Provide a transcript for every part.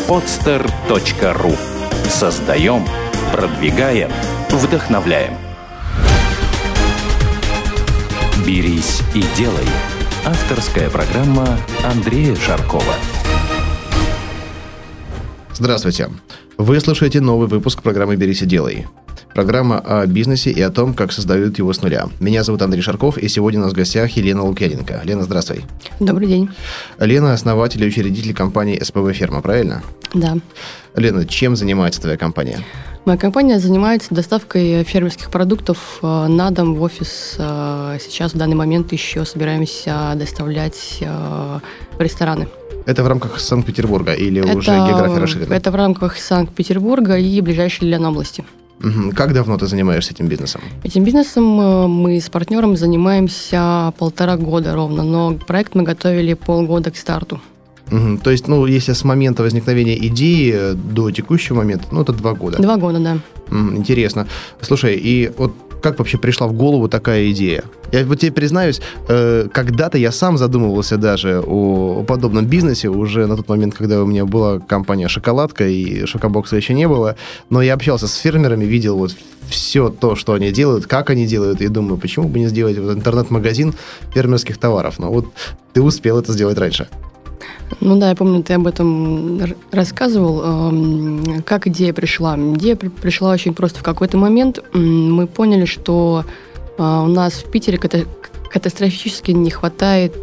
podster.ru. Создаем, продвигаем, вдохновляем. «Берись и делай» – авторская программа Андрея Шаркова. Здравствуйте! Вы слушаете новый выпуск программы «Берись и делай». Программа о бизнесе и о том, как создают его с нуля. Меня зовут Андрей Шарков, и сегодня у нас в гостях Елена Лукьяненко. Лена, здравствуй. Добрый день. Лена – основатель и учредитель компании СПВ «Ферма», правильно? Да. Лена, чем занимается твоя компания? Моя компания занимается доставкой фермерских продуктов на дом, в офис. Сейчас в данный момент еще собираемся доставлять в рестораны. Это в рамках Санкт-Петербурга или уже география расширена? Это в рамках Санкт-Петербурга и ближайшей Ленобласти. Как давно ты занимаешься этим бизнесом? Этим бизнесом мы с партнером занимаемся 1,5 года ровно, но проект мы готовили полгода к старту. То есть, если с момента возникновения идеи до текущего момента, это 2 года. 2 года, да. Интересно. Слушай, и вот как вообще пришла в голову такая идея? Я вот тебе признаюсь, когда-то я сам задумывался даже о подобном бизнесе, уже на тот момент, когда у меня была компания «Шоколадка», и «Шокобокса» еще не было, но я общался с фермерами, видел вот все то, что они делают, как они делают, и думаю, почему бы не сделать вот интернет-магазин фермерских товаров? Но вот ты успел это сделать раньше. Да, я помню, ты об этом рассказывал. Как идея пришла? Идея пришла очень просто. В какой-то момент мы поняли, что у нас в Питере катастрофически не хватает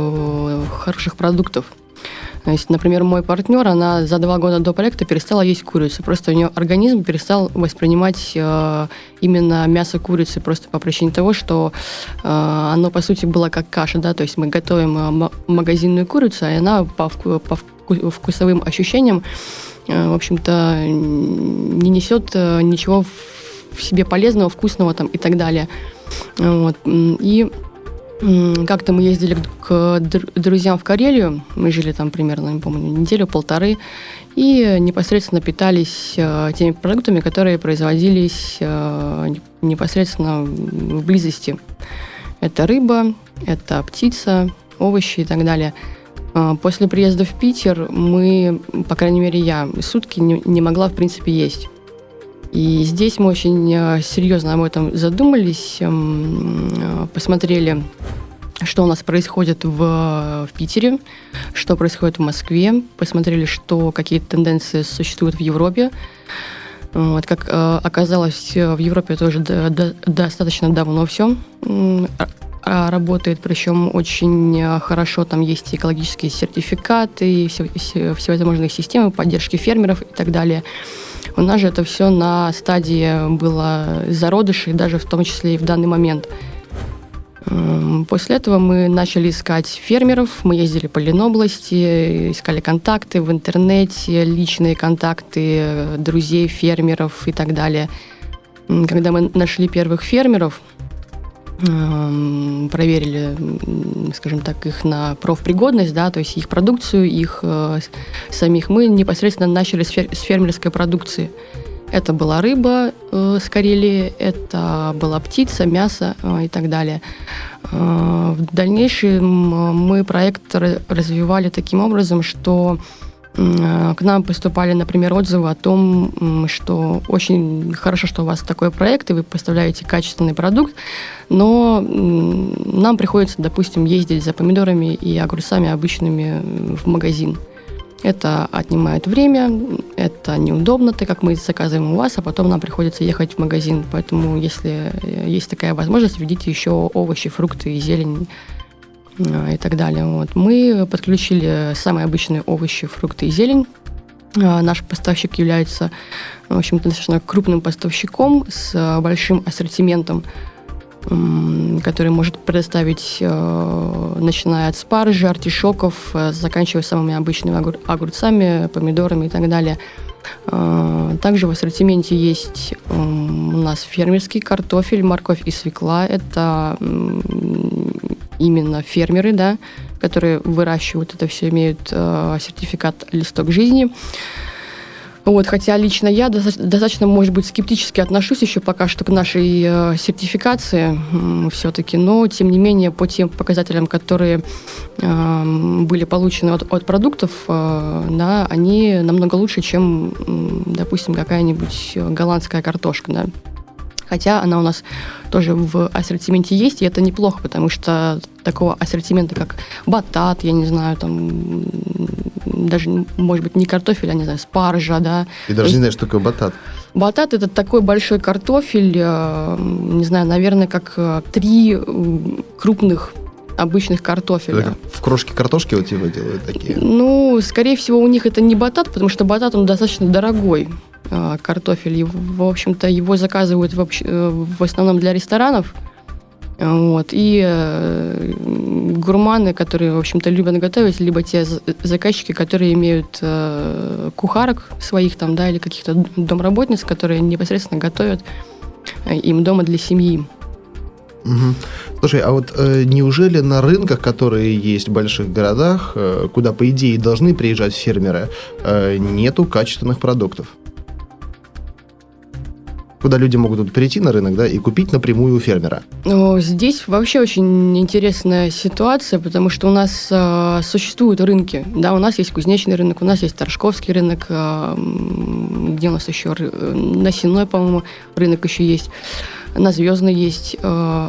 хороших продуктов. То есть, например, мой партнер, она за 2 года до проекта перестала есть курицу. Просто у нее организм перестал воспринимать именно мясо курицы, просто по причине того, что оно, по сути, было как каша, да, то есть мы готовим магазинную курицу, и она по вкусовым ощущениям, в общем-то, не несет ничего в себе полезного, вкусного там, и так далее. Вот. И как-то мы ездили к друзьям в Карелию, мы жили там примерно, не помню, 1-1.5, и непосредственно питались теми продуктами, которые производились непосредственно в близости. Это рыба, это птица, овощи и так далее. После приезда в Питер мы, по крайней мере я, сутки не могла в принципе есть. И здесь мы очень серьезно об этом задумались, посмотрели, что у нас происходит в Питере, что происходит в Москве, посмотрели, какие тенденции существуют в Европе. Вот, как оказалось, в Европе это уже достаточно давно все работает, причем очень хорошо, там есть экологические сертификаты, и всевозможные системы поддержки фермеров и так далее. У нас же это все на стадии было зародышей, даже в том числе и в данный момент. После этого мы начали искать фермеров, мы ездили по Ленобласти, искали контакты в интернете, личные контакты друзей фермеров и так далее. Когда мы нашли первых фермеров, проверили, скажем так, их на профпригодность, да, то есть их продукцию, их самих, мы непосредственно начали с фермерской продукции. Это была рыба с Карелии, это была птица, мясо и так далее. В дальнейшем мы проект развивали таким образом, что к нам поступали, например, отзывы о том, что очень хорошо, что у вас такой проект, и вы поставляете качественный продукт, но нам приходится, допустим, ездить за помидорами и огурцами обычными в магазин. Это отнимает время, это неудобно, так как мы заказываем у вас, а потом нам приходится ехать в магазин. Поэтому, если есть такая возможность, введите еще овощи, фрукты и зелень и так далее. Вот. Мы подключили самые обычные овощи, фрукты и зелень. Наш поставщик является, в общем-то, достаточно крупным поставщиком с большим ассортиментом, который может предоставить, начиная от спаржи, артишоков, заканчивая самыми обычными огурцами, помидорами и так далее. Также в ассортименте есть у нас фермерский картофель, морковь и свекла. Это именно фермеры, да, которые выращивают это все, имеют сертификат «Листок жизни». Вот, хотя лично я достаточно, может быть, скептически отношусь еще пока что к нашей сертификации все-таки, но, тем не менее, по тем показателям, которые были получены от продуктов, да, они намного лучше, чем, допустим, какая-нибудь голландская картошка, да. Хотя она у нас тоже в ассортименте есть, и это неплохо, потому что такого ассортимента, как батат, я не знаю, там, даже, может быть, не картофель, а, не знаю, спаржа, да. Ты даже не знаешь, что такое батат. Батат – это такой большой картофель, не знаю, наверное, как 3 крупных обычных картофеля. Это в крошке картошки вот типа делают такие? Ну, скорее всего, у них это не батат, потому что батат, он достаточно дорогой картофель. И, в общем-то, его заказывают в основном для ресторанов. Вот. И гурманы, которые, в общем-то, любят готовить, либо те заказчики, которые имеют кухарок своих там, да, или каких-то домработниц, которые непосредственно готовят им дома для семьи. Угу. Слушай, а вот неужели на рынках, которые есть в больших городах, куда, по идее, должны приезжать фермеры, нету качественных продуктов? Куда люди могут перейти на рынок, да, и купить напрямую у фермера? Здесь вообще очень интересная ситуация, потому что у нас существуют рынки. Да, у нас есть кузнечный рынок, у нас есть Торжковский рынок, где у нас еще Насенной, по-моему, рынок еще есть, на Звездной есть.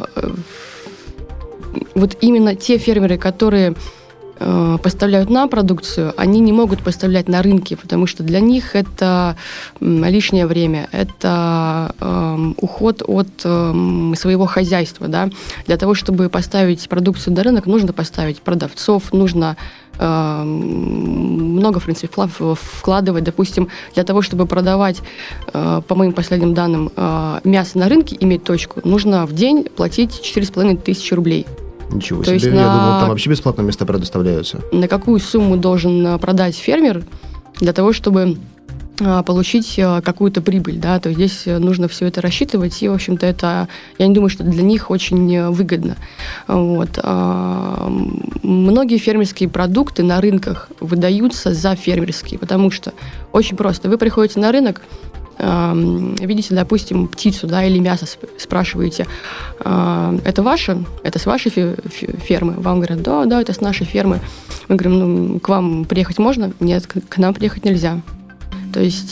Вот именно те фермеры, которые поставляют нам продукцию, они не могут поставлять на рынке, потому что для них это лишнее время, это уход от своего хозяйства. Да? Для того, чтобы поставить продукцию на рынок, нужно поставить продавцов, нужно много, в принципе, вкладывать. Допустим, для того, чтобы продавать, по моим последним данным, мясо на рынке, иметь точку, нужно в день платить 4500 рублей. Ничего себе, я думал, там вообще бесплатно места предоставляются. На какую сумму должен продать фермер для того, чтобы получить какую-то прибыль, да, то здесь нужно все это рассчитывать, и, в общем-то, это, я не думаю, что для них очень выгодно. Вот. Многие фермерские продукты на рынках выдаются за фермерские, потому что очень просто. Вы приходите на рынок, видите, допустим, птицу, да, или мясо, спрашиваете, это ваше? Это с вашей фермы? Вам говорят, да, это с нашей фермы. Мы говорим, к вам приехать можно? Нет, к нам приехать нельзя. То есть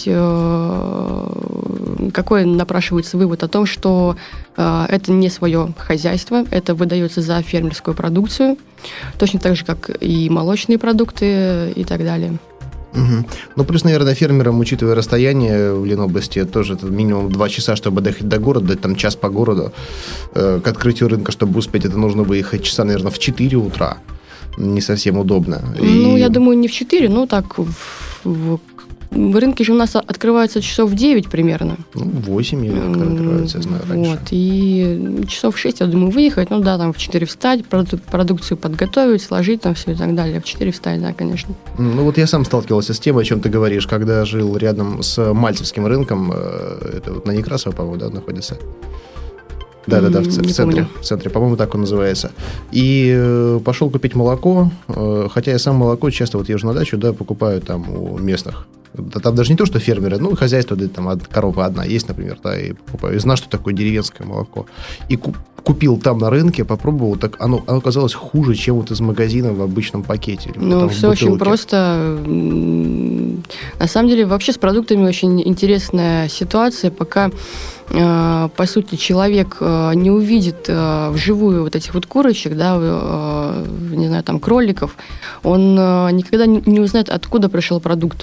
какой напрашивается вывод о том, что это не свое хозяйство, это выдается за фермерскую продукцию, точно так же, как и молочные продукты и так далее. Угу. Ну, плюс, наверное, фермерам, учитывая расстояние в Ленобласти, тоже это минимум 2 часа, чтобы доехать до города, там час по городу. К открытию рынка, чтобы успеть, это нужно выехать часа, наверное, в 4 утра. Не совсем удобно. Ну, я думаю, не в 4, ну, так, рынки же у нас открываются часов в 9 примерно. Ну, 8 или как открываются, я знаю, раньше. Вот, и часов в 6, я думаю, выехать, ну да, там в 4 встать, продукцию подготовить, сложить там все и так далее. В 4 встать, да, конечно. Ну, вот я сам сталкивался с тем, о чем ты говоришь, когда жил рядом с Мальцевским рынком, это вот на Некрасово, по-моему, да, находится. Да, в центре, по-моему, так он называется. И пошел купить молоко, хотя я сам молоко часто вот езжу на дачу, да, покупаю там у местных. Там даже не то, что фермеры, ну, хозяйство, да, там корова одна есть, например, да, и покупаю. И знаю, что такое деревенское молоко. И купил там на рынке, попробовал, так оно оказалось хуже, чем вот из магазина в обычном пакете. Ну, все очень просто. На самом деле, вообще с продуктами очень интересная ситуация, пока, по сути, человек не увидит вживую вот этих вот курочек, да, не знаю, там, кроликов, он никогда не узнает, откуда пришел продукт.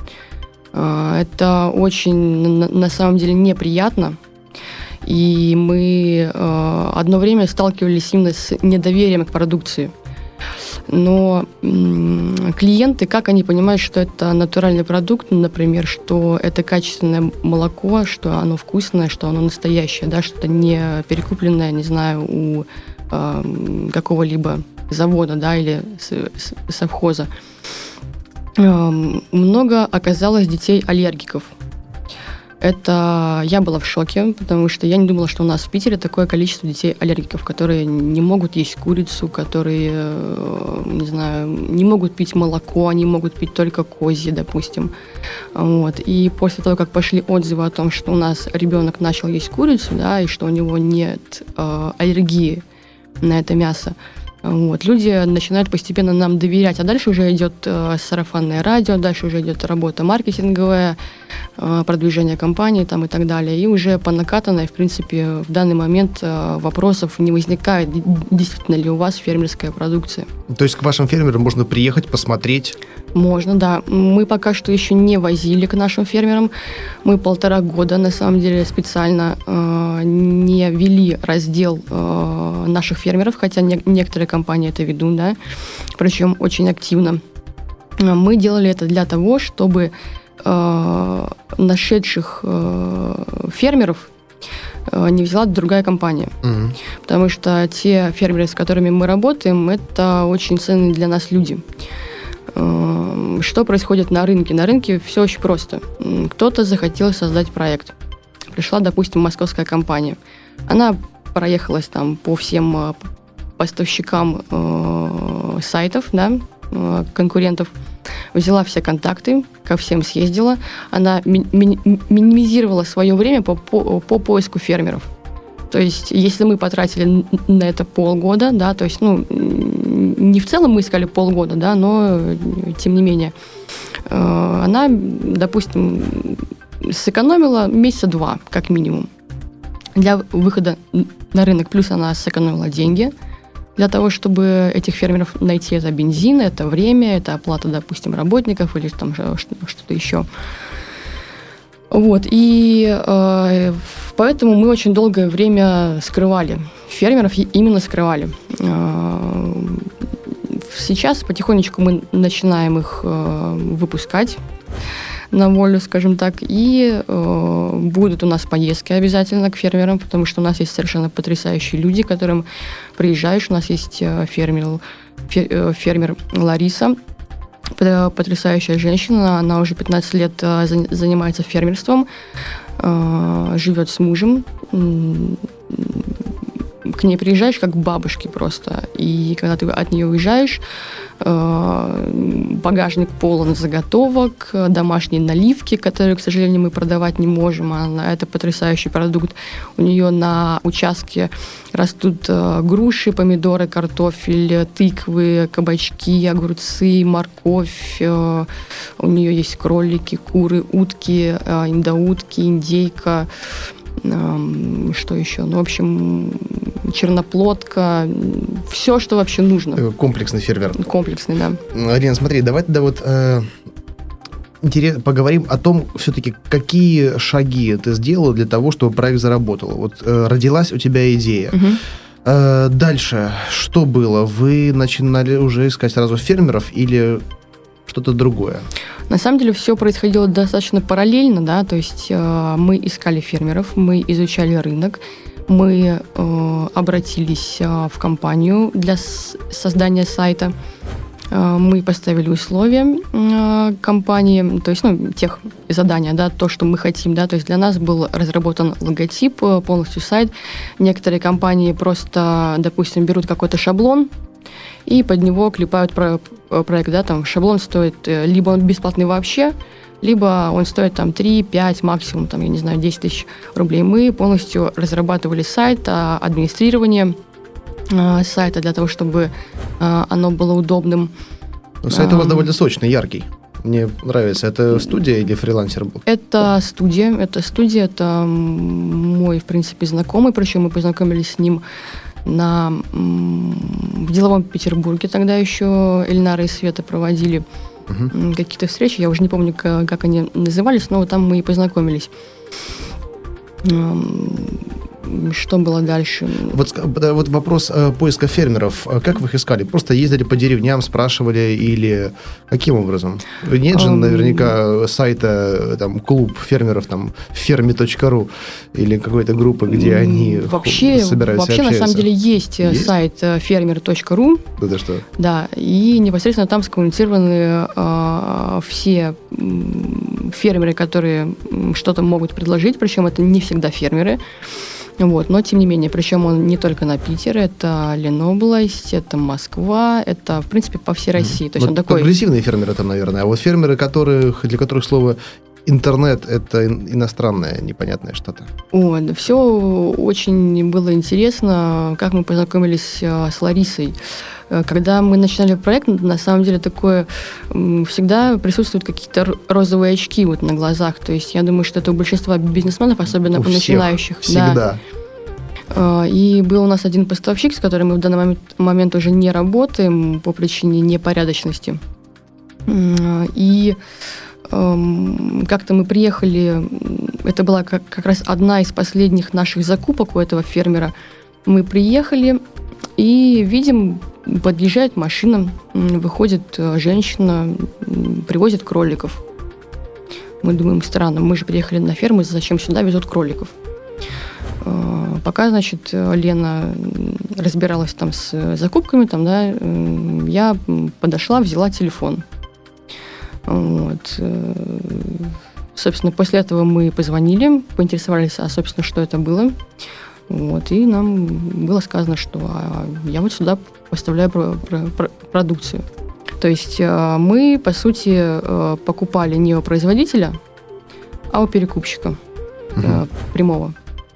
Это очень, на самом деле, неприятно. И мы одно время сталкивались именно с недоверием к продукции. Но клиенты, как они понимают, что это натуральный продукт, например, что это качественное молоко, что оно вкусное, что оно настоящее, да, что это не перекупленное, не знаю, у какого-либо завода, да, или совхоза. Много оказалось детей-аллергиков. Это я была в шоке, потому что я не думала, что у нас в Питере такое количество детей-аллергиков, которые не могут есть курицу, которые, не знаю, не могут пить молоко, они могут пить только козье, допустим. Вот. И после того, как пошли отзывы о том, что у нас ребенок начал есть курицу, да, и что у него нет аллергии на это мясо, вот, люди начинают постепенно нам доверять, а дальше уже идет сарафанное радио, дальше уже идет работа маркетинговая, продвижение компании там, и так далее. И уже по накатанной, в принципе, в данный момент вопросов не возникает, действительно ли у вас фермерская продукция. То есть к вашим фермерам можно приехать, посмотреть? Можно, да. Мы пока что еще не возили к нашим фермерам. Мы 1,5 года, на самом деле, специально не вели раздел наших фермеров, хотя некоторые компании это ведут, да, причем очень активно. Мы делали это для того, чтобы нашедших фермеров не взяла другая компания. Угу. Потому что те фермеры, с которыми мы работаем, это очень ценные для нас люди. Что происходит на рынке? На рынке все очень просто. Кто-то захотел создать проект. Пришла, допустим, московская компания. Она проехалась там по всем поставщикам сайтов, да, конкурентов, взяла все контакты, ко всем съездила. Она минимизировала свое время по поиску фермеров. То есть, если мы потратили на это полгода, да, то есть, ну, не в целом мы искали полгода, да, но тем не менее, она, допустим, сэкономила 2 месяца, как минимум, для выхода на рынок. Плюс она сэкономила деньги для того, чтобы этих фермеров найти. Это бензин, это время, это оплата, допустим, работников или там что-то еще. Вот, и поэтому мы очень долгое время скрывали фермеров, именно скрывали. Сейчас потихонечку мы начинаем их выпускать на волю, скажем так, и будут у нас поездки обязательно к фермерам, потому что у нас есть совершенно потрясающие люди, к которым приезжаешь. У нас есть фермер Лариса, потрясающая женщина, она уже 15 лет занимается фермерством, живет с мужем. К ней приезжаешь как к бабушке просто. И когда ты от нее уезжаешь, багажник полон заготовок, домашние наливки, которые, к сожалению, мы продавать не можем. Это потрясающий продукт. У нее на участке растут груши, помидоры, картофель, тыквы, кабачки, огурцы, морковь. У нее есть кролики, куры, утки, индоутки, индейка. Что еще? Ну, в общем, черноплодка, все, что вообще нужно. Комплексный фермер. Комплексный, да. Арина, смотри, давай тогда вот поговорим о том, все-таки, какие шаги ты сделала для того, чтобы проект заработал. Вот родилась у тебя идея. Угу. Дальше что было? Вы начинали уже искать сразу фермеров или что-то другое? На самом деле все происходило достаточно параллельно, да, то есть мы искали фермеров, мы изучали рынок, мы обратились в компанию для создания сайта, мы поставили условия компании, то есть, ну, тех задания, да, то, что мы хотим, да, то есть для нас был разработан логотип, полностью сайт. Некоторые компании просто, допустим, берут какой-то шаблон и под него клепают проект, да, там шаблон стоит, либо он бесплатный вообще, либо он стоит там 3-5, максимум, там, я не знаю, 10 тысяч рублей. Мы полностью разрабатывали сайт, администрирование сайта для того, чтобы оно было удобным. Сайт у вас довольно сочный, яркий. Мне нравится. Это студия или фрилансер был? Это студия. Это мой, в принципе, знакомый, причем мы познакомились с ним в деловом Петербурге. Тогда еще Эльнара и Света проводили какие-то встречи. Я уже не помню, как они назывались, но там мы и познакомились. Что было дальше? Вот вопрос поиска фермеров. Как вы их искали? Просто ездили по деревням, спрашивали или каким образом? Нет же наверняка сайта, там, клуб фермеров, там, fermi.ru или какой-то группы, где они собираются и общаются. На самом деле есть сайт fermer.ru. Это что? Да, и непосредственно там скоммуницированы все фермеры, которые что-то могут предложить, причем это не всегда фермеры. Вот, но тем не менее, причем он не только на Питер, это Ленобласть, это Москва, это, в принципе, по всей России. То есть вот он такой... Агрессивные фермеры там, наверное, а вот фермеры, для которых слово интернет – это иностранное непонятное что-то. Все очень было интересно, как мы познакомились с Ларисой. Когда мы начинали проект, на самом деле такое всегда присутствуют какие-то розовые очки вот на глазах. То есть я думаю, что это у большинства бизнесменов, особенно у начинающих. Всегда. Да. И был у нас один поставщик, с которым мы в данный момент уже не работаем по причине непорядочности. И как-то мы приехали, это была как раз одна из последних наших закупок у этого фермера. Мы приехали и видим, подъезжает машина, выходит женщина, привозит кроликов. Мы думаем, странно, мы же приехали на ферму, зачем сюда везут кроликов? Пока, значит, Лена разбиралась там с закупками, там, да, я подошла, взяла телефон. Вот. Собственно, после этого мы позвонили, поинтересовались, собственно, что это было. Вот. И нам было сказано, что я вот сюда поставляю продукцию. То есть мы, по сути, покупали не у производителя, а у перекупщика прямого.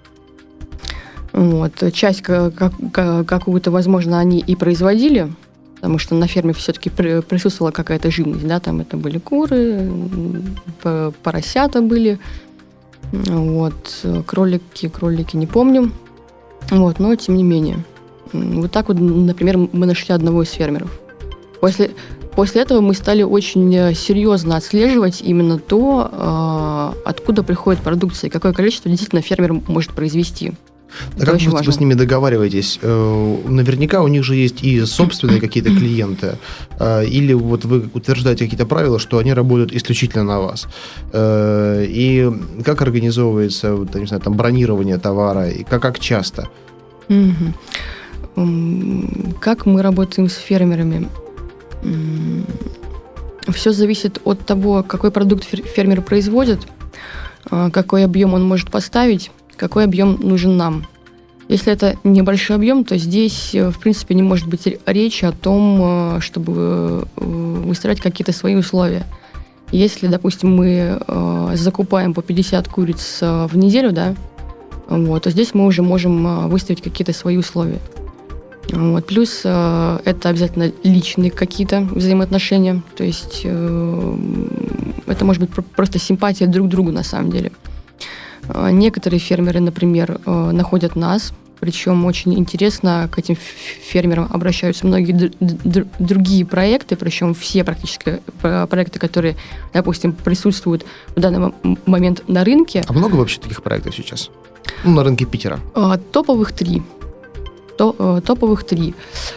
Вот. Часть какую-то, возможно, они и производили, потому что на ферме все-таки присутствовала какая-то живность, да, там это были куры, поросята были, вот, кролики не помню, вот, но тем не менее. Вот так вот, например, мы нашли одного из фермеров. После этого мы стали очень серьезно отслеживать именно то, откуда приходит продукция, и какое количество действительно фермер может произвести. А как вы с ними договариваетесь? Наверняка у них же есть и собственные какие-то клиенты, или вот вы утверждаете какие-то правила, что они работают исключительно на вас. И как организовывается, не знаю, там, бронирование товара, и как часто? Как мы работаем с фермерами? Все зависит от того, какой продукт фермер производит, какой объем он может поставить, какой объем нужен нам. Если это небольшой объем, то здесь, в принципе, не может быть речи о том, чтобы выстраивать какие-то свои условия. Если, допустим, мы закупаем по 50 куриц в неделю, да, вот, то здесь мы уже можем выставить какие-то свои условия. Вот. Плюс это обязательно личные какие-то взаимоотношения, то есть это может быть просто симпатия друг к другу на самом деле. Некоторые фермеры, например, находят нас, причем очень интересно, к этим фермерам обращаются многие другие проекты, причем все практически проекты, которые, допустим, присутствуют в данный момент на рынке. А много вообще таких проектов сейчас? На рынке Питера? Топовых 3. Топовых 3.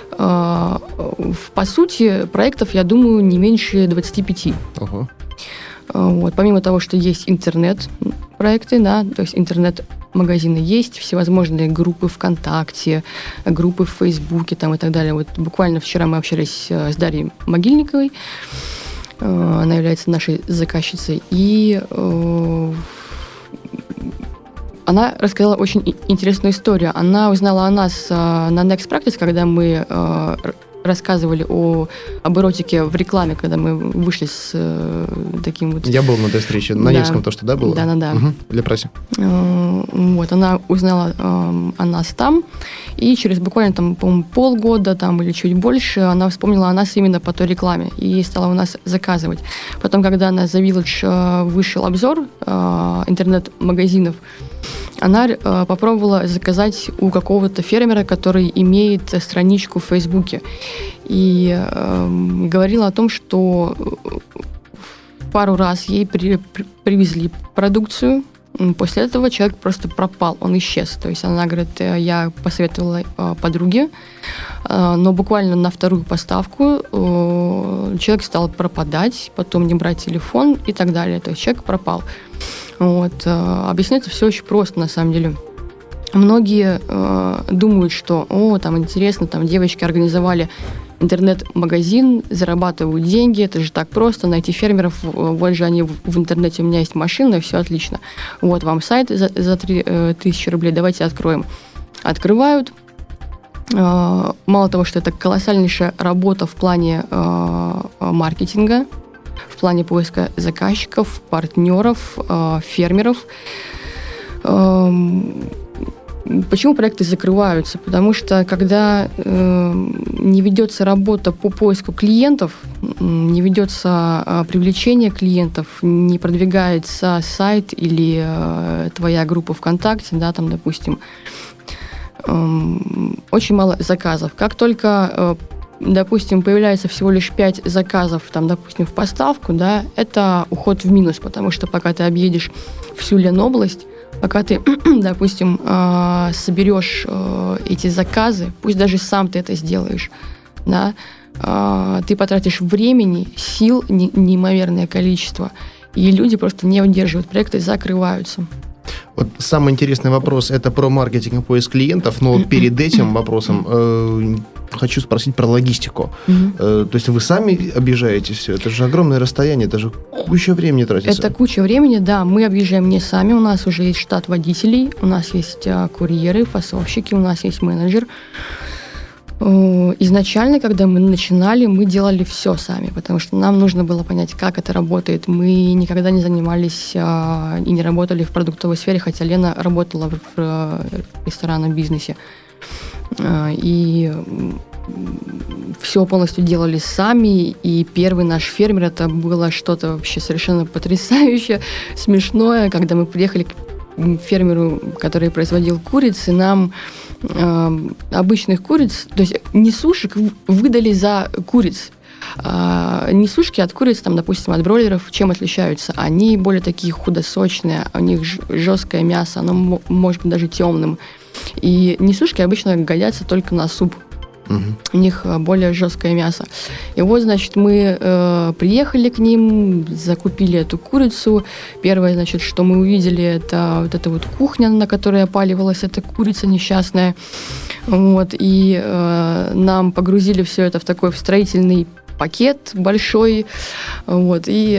По сути, проектов, я думаю, не меньше 25. Ого. Вот. Помимо того, что есть интернет-проекты, да, то есть интернет-магазины, есть всевозможные группы ВКонтакте, группы в Фейсбуке там, и так далее. Вот буквально вчера мы общались с Дарьей Могильниковой, она является нашей заказчицей, и она рассказала очень интересную историю. Она узнала о нас на Next Practice, когда мы рассказывали об эротике в рекламе, когда мы вышли с таким вот... Я был на этой встрече, на Невском то, что, да, было? Да. Угу, для прессы. Вот, она узнала о нас там, и через буквально, там, по-моему, полгода там, или чуть больше она вспомнила о нас именно по той рекламе и стала у нас заказывать. Потом, когда на The Village вышел обзор интернет-магазинов, она попробовала заказать у какого-то фермера, который имеет страничку в Фейсбуке. И говорила о том, что пару раз ей привезли продукцию. После этого человек просто пропал, он исчез. То есть она говорит, я посоветовала подруге, но буквально на вторую поставку человек стал пропадать, потом не брать телефон и так далее. То есть человек пропал. Вот. Объясняется все очень просто, на самом деле. Многие думают, что, там интересно, там девочки организовали интернет-магазин, зарабатываю деньги, это же так просто, найти фермеров, вот же они в интернете, у меня есть машина, все отлично. Вот вам сайт за 3000 рублей, давайте откроем. Открывают. Мало того, что это колоссальнейшая работа в плане маркетинга, в плане поиска заказчиков, партнеров, фермеров. Почему проекты закрываются? Потому что когда не ведется работа по поиску клиентов, не ведется привлечение клиентов, не продвигается сайт или твоя группа ВКонтакте, да, там, допустим, очень мало заказов. Как только, допустим, появляется всего лишь 5 заказов, там, допустим, в поставку, да, это уход в минус, потому что пока ты объедешь всю Ленобласть, пока ты, допустим, соберешь эти заказы, пусть даже сам ты это сделаешь, да, ты потратишь времени, сил неимоверное количество, и люди просто не удерживают, проекты закрываются. Вот самый интересный вопрос – это про маркетинг и поиск клиентов, но перед этим вопросом хочу спросить про логистику. То есть вы сами объезжаете все? Это же огромное расстояние, это же куча времени тратится. Это куча времени, да. Мы объезжаем не сами, у нас уже есть штат водителей, у нас есть курьеры, фасовщики, у нас есть менеджер. Изначально, когда мы начинали, мы делали все сами, потому что нам нужно было понять, как это работает. Мы никогда не занимались и не работали в продуктовой сфере, хотя Лена работала в ресторанном бизнесе. И все полностью делали сами, и первый наш фермер, это было что-то вообще совершенно потрясающее, смешное, когда мы приехали к фермеру, который производил курицы, нам обычных куриц, то есть несушек выдали за куриц. Несушки от куриц, там, допустим, от бройлеров, чем отличаются? Они более такие худосочные, у них жесткое мясо, оно может быть даже темным. И несушки обычно годятся только на суп. У них более жесткое мясо. И вот, значит, мы приехали к ним, закупили эту курицу. Первое, значит, что мы увидели, это вот эта вот кухня, на которой опаливалась эта курица несчастная. Вот, и нам погрузили все это в такой строительный пакет большой, вот, и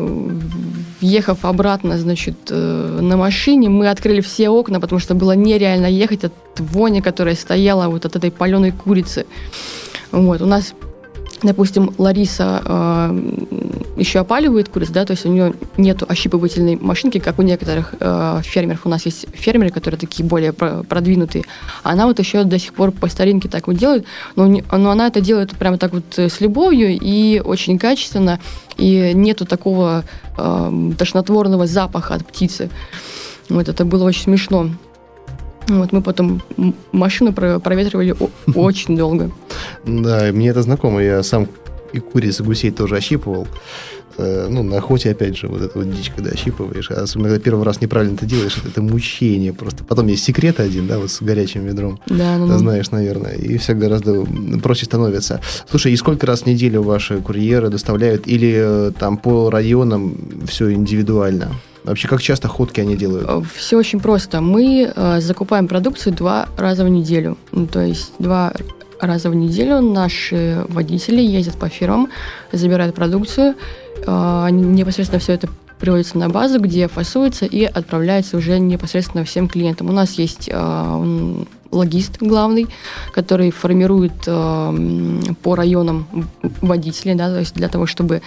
ехав обратно, значит, на машине, мы открыли все окна, потому что было нереально ехать от вони, которая стояла вот от этой паленой курицы. Вот, у нас, допустим, Лариса еще опаливает куриц, да, то есть у нее нету ощипывательной машинки, как у некоторых фермеров. У нас есть фермеры, которые такие более продвинутые. Она вот еще до сих пор по старинке так вот делает, но она это делает прямо так вот с любовью и очень качественно, и нету такого тошнотворного запаха от птицы. Вот это было очень смешно. Вот мы потом машину проветривали очень долго. Да, мне это знакомо. Я сам и куриц, и гусей тоже ощипывал. Ну, на охоте, опять же, вот эту вот дичь, когда ощипываешь. Особенно, когда первый раз неправильно это делаешь, это мучение просто. Потом есть секрет один, да, вот с горячим ведром. Да, ну, ты знаешь, наверное. И все гораздо проще становится. Слушай, и сколько раз в неделю ваши курьеры доставляют? Или там по районам все индивидуально? Вообще, как часто ходки они делают? Все очень просто. Мы закупаем продукцию 2 раза в неделю. Ну, то есть 2 раза в неделю наши водители ездят по фермам, забирают продукцию, непосредственно все это приводится на базу, где фасуется и отправляется уже непосредственно всем клиентам. У нас есть логист главный, который формирует по районам водителей, да, то есть для того, чтобы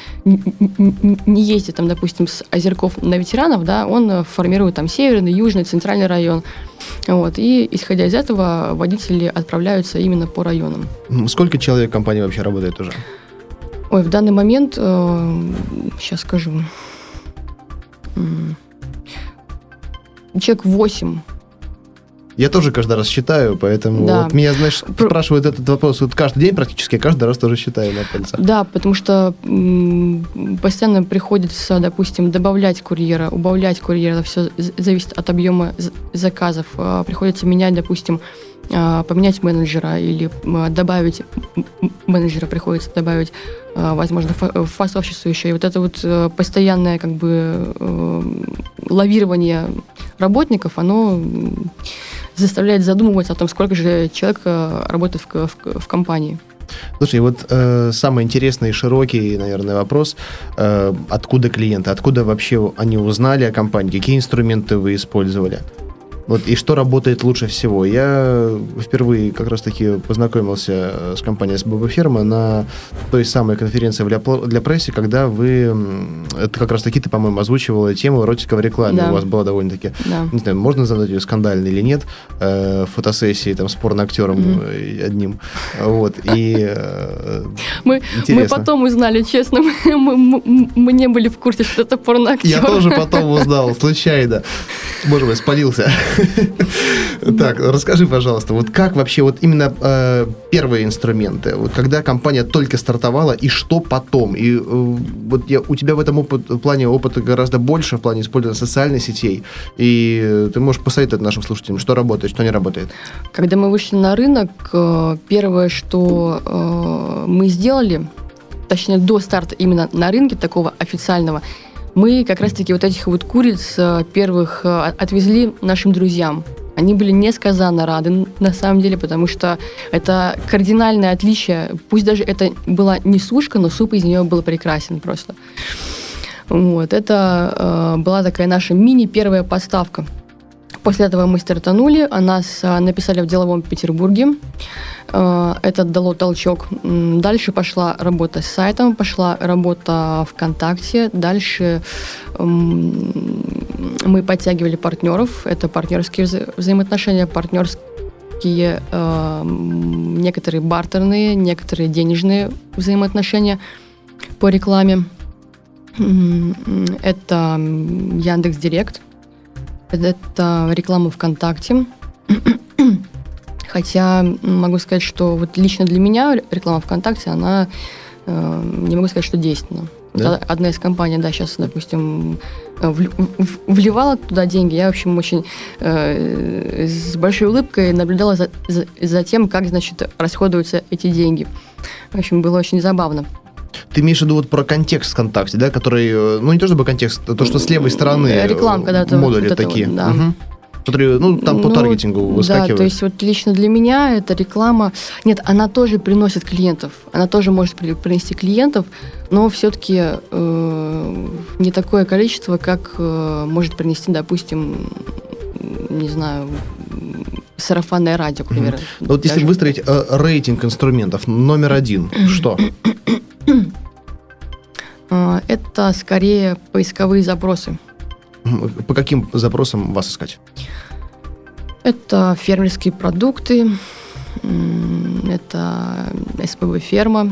не ездить, там, допустим, с Озерков на ветеранов, да, он формирует там северный, южный, центральный район. Вот, и исходя из этого водители отправляются именно по районам. Сколько человек в компании вообще работает уже? Ой, в данный момент, сейчас скажу, человек 8. Я тоже каждый раз считаю, поэтому да. Вот меня, знаешь, спрашивают этот вопрос вот каждый день практически, я каждый раз тоже считаю на пальцах. Да, потому что постоянно приходится, допустим, добавлять курьера, убавлять курьера, это все зависит от объема заказов. Приходится менять, допустим, поменять менеджера или добавить менеджера, приходится добавить, возможно, фасовщицу еще. И вот это вот постоянное как бы лавирование работников, оно заставляет задумываться о том, сколько же человек работает в компании. Слушай, вот самый интересный и широкий, наверное, вопрос. Откуда клиенты? Откуда вообще они узнали о компании? Какие инструменты вы использовали? Вот, и что работает лучше всего? Я впервые как раз-таки познакомился с компанией СББ Ферма на той самой конференции для прессы, когда вы, это как раз-таки ты, по-моему, озвучивала тему эротика в рекламе. Да. У вас была довольно-таки, не знаю, можно назвать ее скандальной или нет, фотосессии, там, с порноактером одним. Вот, и мы потом узнали, честно, мы не были в курсе, что это порноактер. Я тоже потом узнал, случайно. Боже мой, спалился. Так, расскажи, пожалуйста, вот как вообще вот именно первые инструменты, вот когда компания только стартовала, и что потом? И вот у тебя в этом плане опыта гораздо больше, в плане использования социальных сетей, и ты можешь посоветовать нашим слушателям, что работает, что не работает. Когда мы вышли на рынок, первое, что мы сделали, точнее, до старта именно на рынке такого официального, мы как раз-таки вот этих вот куриц первых отвезли нашим друзьям. Они были несказанно рады, на самом деле, потому что это кардинальное отличие. Пусть даже это была не сушка, но суп из нее был прекрасен просто. Вот, это была такая наша мини-первая поставка. После этого мы стартанули, о нас написали в деловом Петербурге. Это дало толчок. Дальше пошла работа с сайтом, пошла работа ВКонтакте. Дальше мы подтягивали партнеров. Это партнерские взаимоотношения, партнерские, некоторые бартерные, некоторые денежные взаимоотношения по рекламе. Это Яндекс.Директ. Это реклама ВКонтакте. Хотя могу сказать, что вот лично для меня реклама ВКонтакте, она, не могу сказать, что действенна. Да? Одна из компаний, да, сейчас, допустим, вливала туда деньги. Я, в общем, очень с большой улыбкой наблюдала за тем, как, значит, расходуются эти деньги. В общем, было очень забавно. Ты имеешь в виду вот про контекст ВКонтакте, да, который, ну, не то чтобы контекст, а то, что с левой стороны реклам, когда-то модули вот такие. Вот, да. Угу. Которые, ну, там по таргетингу выскакивают. Да, то есть вот лично для меня эта реклама... Нет, она тоже приносит клиентов, она тоже может принести клиентов, но все-таки не такое количество, как может принести, допустим, не знаю, сарафанное радио, к примеру. Вот если выстроить рейтинг инструментов, номер один, что? Это скорее поисковые запросы. По каким запросам вас искать? Это фермерские продукты, это СПБ Ферма,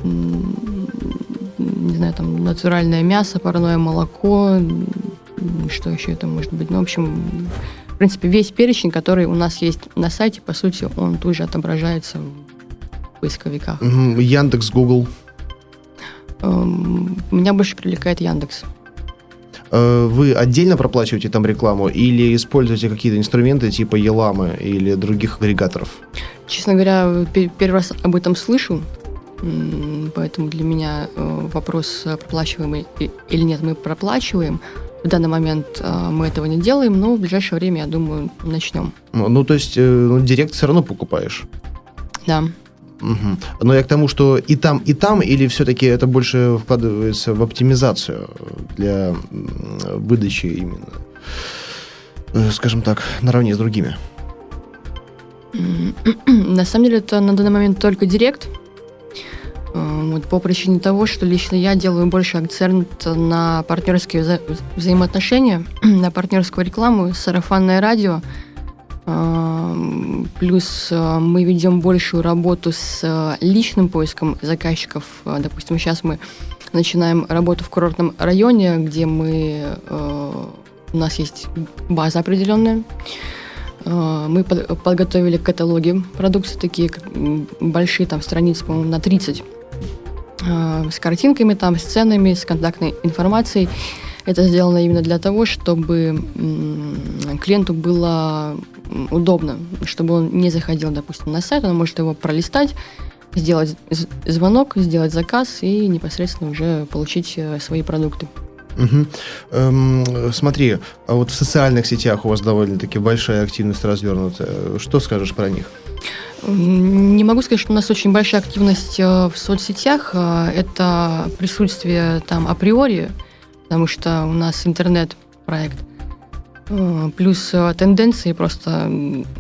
не знаю, там натуральное мясо, парное молоко, что еще это может быть. Ну, в общем, в принципе, весь перечень, который у нас есть на сайте, по сути, он тут же отображается в поисковиках. Яндекс, Google. Меня больше привлекает Яндекс. Вы отдельно проплачиваете там рекламу или используете какие-то инструменты типа Еламы или других агрегаторов? Честно говоря, первый раз об этом слышу, поэтому для меня вопрос, проплачиваем или нет, мы проплачиваем. В данный момент мы этого не делаем, но в ближайшее время, я думаю, начнем. Ну, то есть, директ все равно покупаешь? Да. Угу. Но я к тому, что и там, или все-таки это больше вкладывается в оптимизацию для выдачи именно, скажем так, наравне с другими? На самом деле это на данный момент только директ. Вот, по причине того, что лично я делаю больше акцент на партнерские взаимоотношения, на партнерскую рекламу, сарафанное радио. Плюс мы ведем большую работу с личным поиском заказчиков. Допустим, сейчас мы начинаем работу в курортном районе, где у нас есть база определенная. Мы подготовили каталоги продукции, такие большие, там страниц, по-моему, на 30, с картинками, там, с ценами, с контактной информацией. Это сделано именно для того, чтобы клиенту было удобно, чтобы он не заходил, допустим, на сайт, он может его пролистать, сделать звонок, сделать заказ и непосредственно уже получить свои продукты. Смотри, а вот в социальных сетях у вас довольно-таки большая активность развернута. Что скажешь про них? Не могу сказать, что у нас очень большая активность в соцсетях. Это присутствие там априори, потому что у нас интернет-проект. Плюс тенденции просто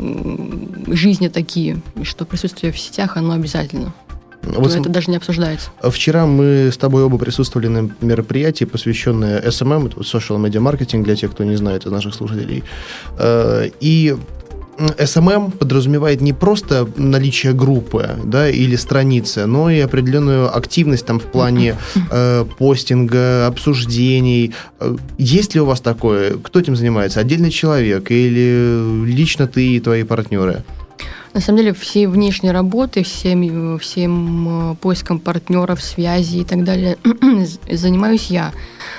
жизни такие, что присутствие в сетях, оно обязательно. Вот это даже не обсуждается. Вчера мы с тобой оба присутствовали на мероприятии, посвященное SMM, Social Media Marketing, для тех, кто не знает, из наших слушателей. И SMM подразумевает не просто наличие группы, да, или страницы, но и определенную активность там в плане постинга, обсуждений. Есть ли у вас такое? Кто этим занимается? Отдельный человек или лично ты и твои партнеры? На самом деле, всей внешней работы, всем поиском партнеров, связей и так далее занимаюсь я.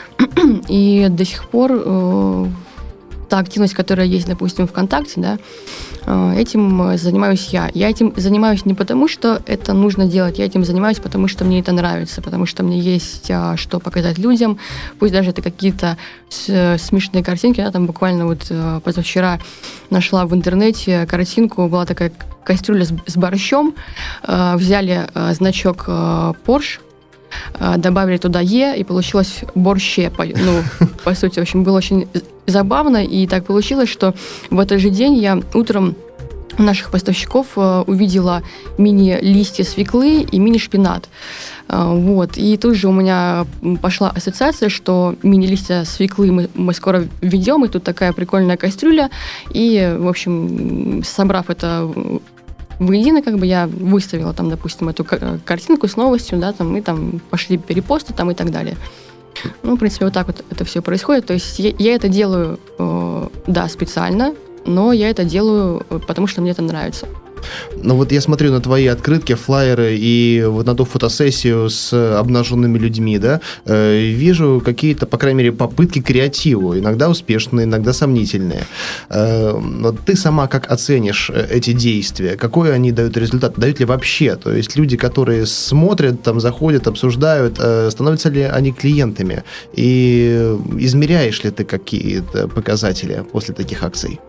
И до сих пор та активность, которая есть, допустим, ВКонтакте, да, этим занимаюсь я. Я этим занимаюсь не потому, что это нужно делать, я этим занимаюсь, потому что мне это нравится, потому что мне есть что показать людям, пусть даже это какие-то смешные картинки. Я там буквально вот позавчера нашла в интернете картинку, была такая кастрюля с борщом, взяли значок Porsche, добавили туда «Е», и получилось борще, по сути. В общем, было очень забавно, и так получилось, что в этот же день я утром у наших поставщиков увидела мини-листья свеклы и мини-шпинат. Вот. И тут же у меня пошла ассоциация, что мини-листья свеклы мы скоро введем, и тут такая прикольная кастрюля, и, в общем, собрав это воедино, как бы я выставила там, допустим, эту картинку с новостью, да, там, и там пошли перепосты там и так далее. Ну, в принципе, вот так вот это все происходит. То есть я это делаю, да, специально, но я это делаю, потому что мне это нравится. Ну вот я смотрю на твои открытки, флаеры и вот на ту фотосессию с обнаженными людьми, да, вижу какие-то, по крайней мере, попытки к креативу, иногда успешные, иногда сомнительные. Вот ты сама как оценишь эти действия? Какой они дают результат? Дают ли вообще? То есть люди, которые смотрят, там, заходят, обсуждают, становятся ли они клиентами? И измеряешь ли ты какие-то показатели после таких акций?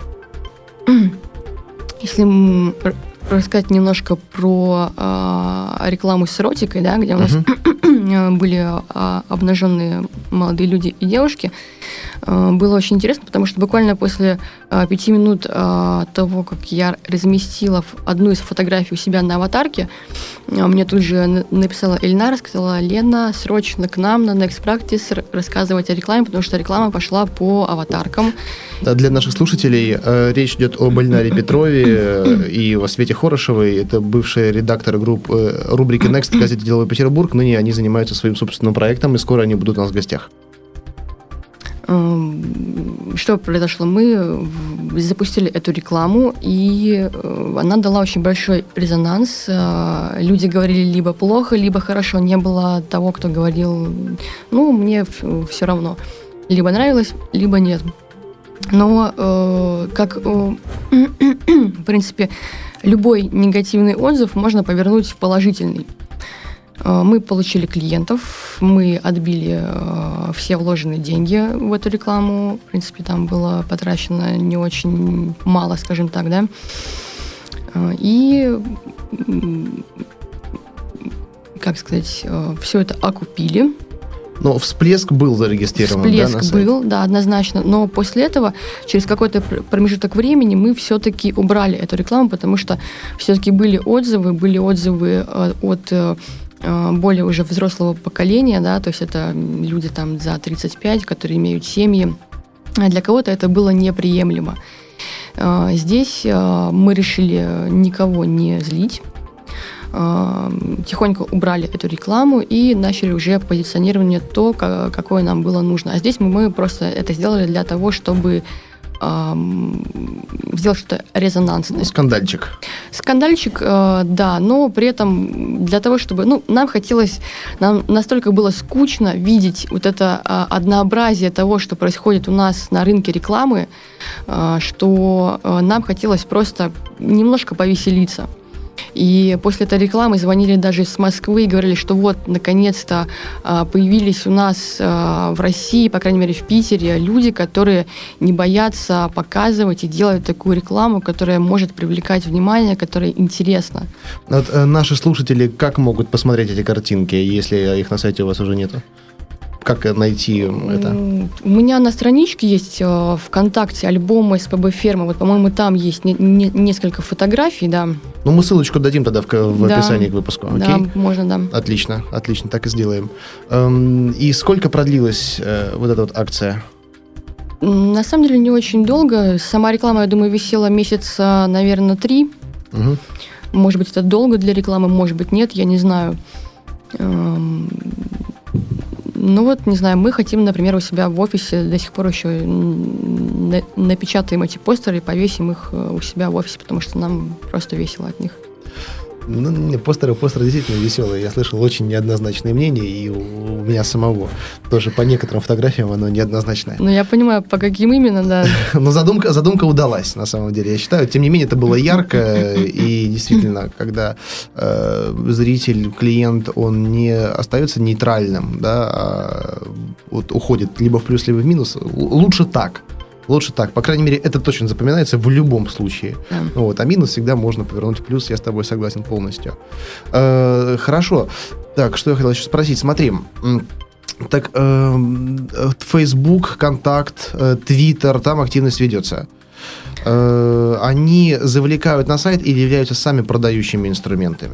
Если рассказать немножко про рекламу с эротикой, да, где у нас были обнаженные молодые люди и девушки, было очень интересно, потому что буквально после 5 минут того, как я разместила одну из фотографий у себя на аватарке, мне тут же написала Эльнара, сказала: Лена, срочно к нам на Next Practice рассказывать о рекламе, потому что реклама пошла по аватаркам. Да, для наших слушателей речь идет об Эльнаре Петрове и о Свете Хорошевой. Это бывшие редакторы рубрики Next в газете «Деловой Петербург». Ныне они занимаются своим собственным проектом, и скоро они будут у нас в гостях. Что произошло? Мы запустили эту рекламу, и она дала очень большой резонанс. Люди говорили либо плохо, либо хорошо. Не было того, кто говорил: ну, мне все равно. Либо нравилось, либо нет. Но, в принципе, любой негативный отзыв можно повернуть в положительный. Мы получили клиентов, мы отбили все вложенные деньги в эту рекламу. В принципе, там было потрачено не очень мало, скажем так, да. И, как сказать, все это окупили. Но всплеск был зарегистрирован, всплеск, да, на сайте? Был, да, однозначно. Но после этого, через какой-то промежуток времени, мы все-таки убрали эту рекламу, потому что все-таки были отзывы от более уже взрослого поколения, да, то есть это люди там за 35, которые имеют семьи. Для кого-то это было неприемлемо. Здесь мы решили никого не злить. Тихонько убрали эту рекламу и начали уже позиционирование то, какое нам было нужно. А здесь мы просто это сделали для того, чтобы сделать что-то резонансное. Скандальчик. Скандальчик, да, но при этом для того, чтобы... нам настолько было скучно видеть вот это однообразие того, что происходит у нас на рынке рекламы, что нам хотелось просто немножко повеселиться. И после этой рекламы звонили даже с Москвы и говорили, что вот, наконец-то появились у нас в России, по крайней мере, в Питере, люди, которые не боятся показывать и делать такую рекламу, которая может привлекать внимание, которая интересна. Вот, наши слушатели как могут посмотреть эти картинки, если их на сайте у вас уже нету? Как найти это? У меня на страничке есть ВКонтакте альбом СПБ «Ферма». Вот, по-моему, там есть несколько фотографий, да. Ну, мы ссылочку дадим тогда в описании к выпуску. Окей? Да, можно, да. Отлично, так и сделаем. И сколько продлилась вот эта вот акция? На самом деле не очень долго. Сама реклама, я думаю, висела месяца, наверное, 3. Угу. Может быть, это долго для рекламы, может быть, нет, я не знаю. Ну вот, не знаю, мы хотим, например, у себя в офисе до сих пор еще напечатаем эти постеры и повесим их у себя в офисе, потому что нам просто весело от них. Ну, постеры действительно веселые. Я слышал очень неоднозначные мнения, и у меня самого тоже по некоторым фотографиям оно неоднозначное. Ну, я понимаю, по каким именно, да. Но задумка удалась, на самом деле, я считаю. Тем не менее, это было ярко, и действительно, когда зритель, клиент, он не остается нейтральным, да, а вот уходит либо в плюс, либо в минус, лучше так. По крайней мере, это точно запоминается в любом случае. Вот, а минус всегда можно повернуть в плюс, я с тобой согласен полностью. Хорошо. Так, что я хотел еще спросить. Смотри, так, Facebook, Контакт, Twitter, там активность ведется. Они завлекают на сайт или являются сами продающими инструментами?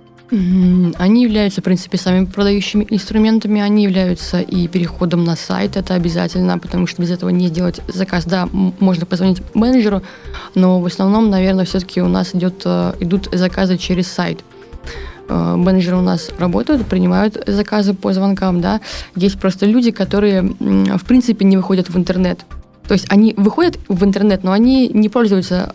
Они являются, в принципе, самими продающими инструментами, они являются и переходом на сайт, это обязательно, потому что без этого не сделать заказ. Да, можно позвонить менеджеру, но в основном, наверное, все-таки у нас идут заказы через сайт. Менеджеры у нас работают, принимают заказы по звонкам, да. Есть просто люди, которые, в принципе, не выходят в интернет. То есть они выходят в интернет, но они не пользуются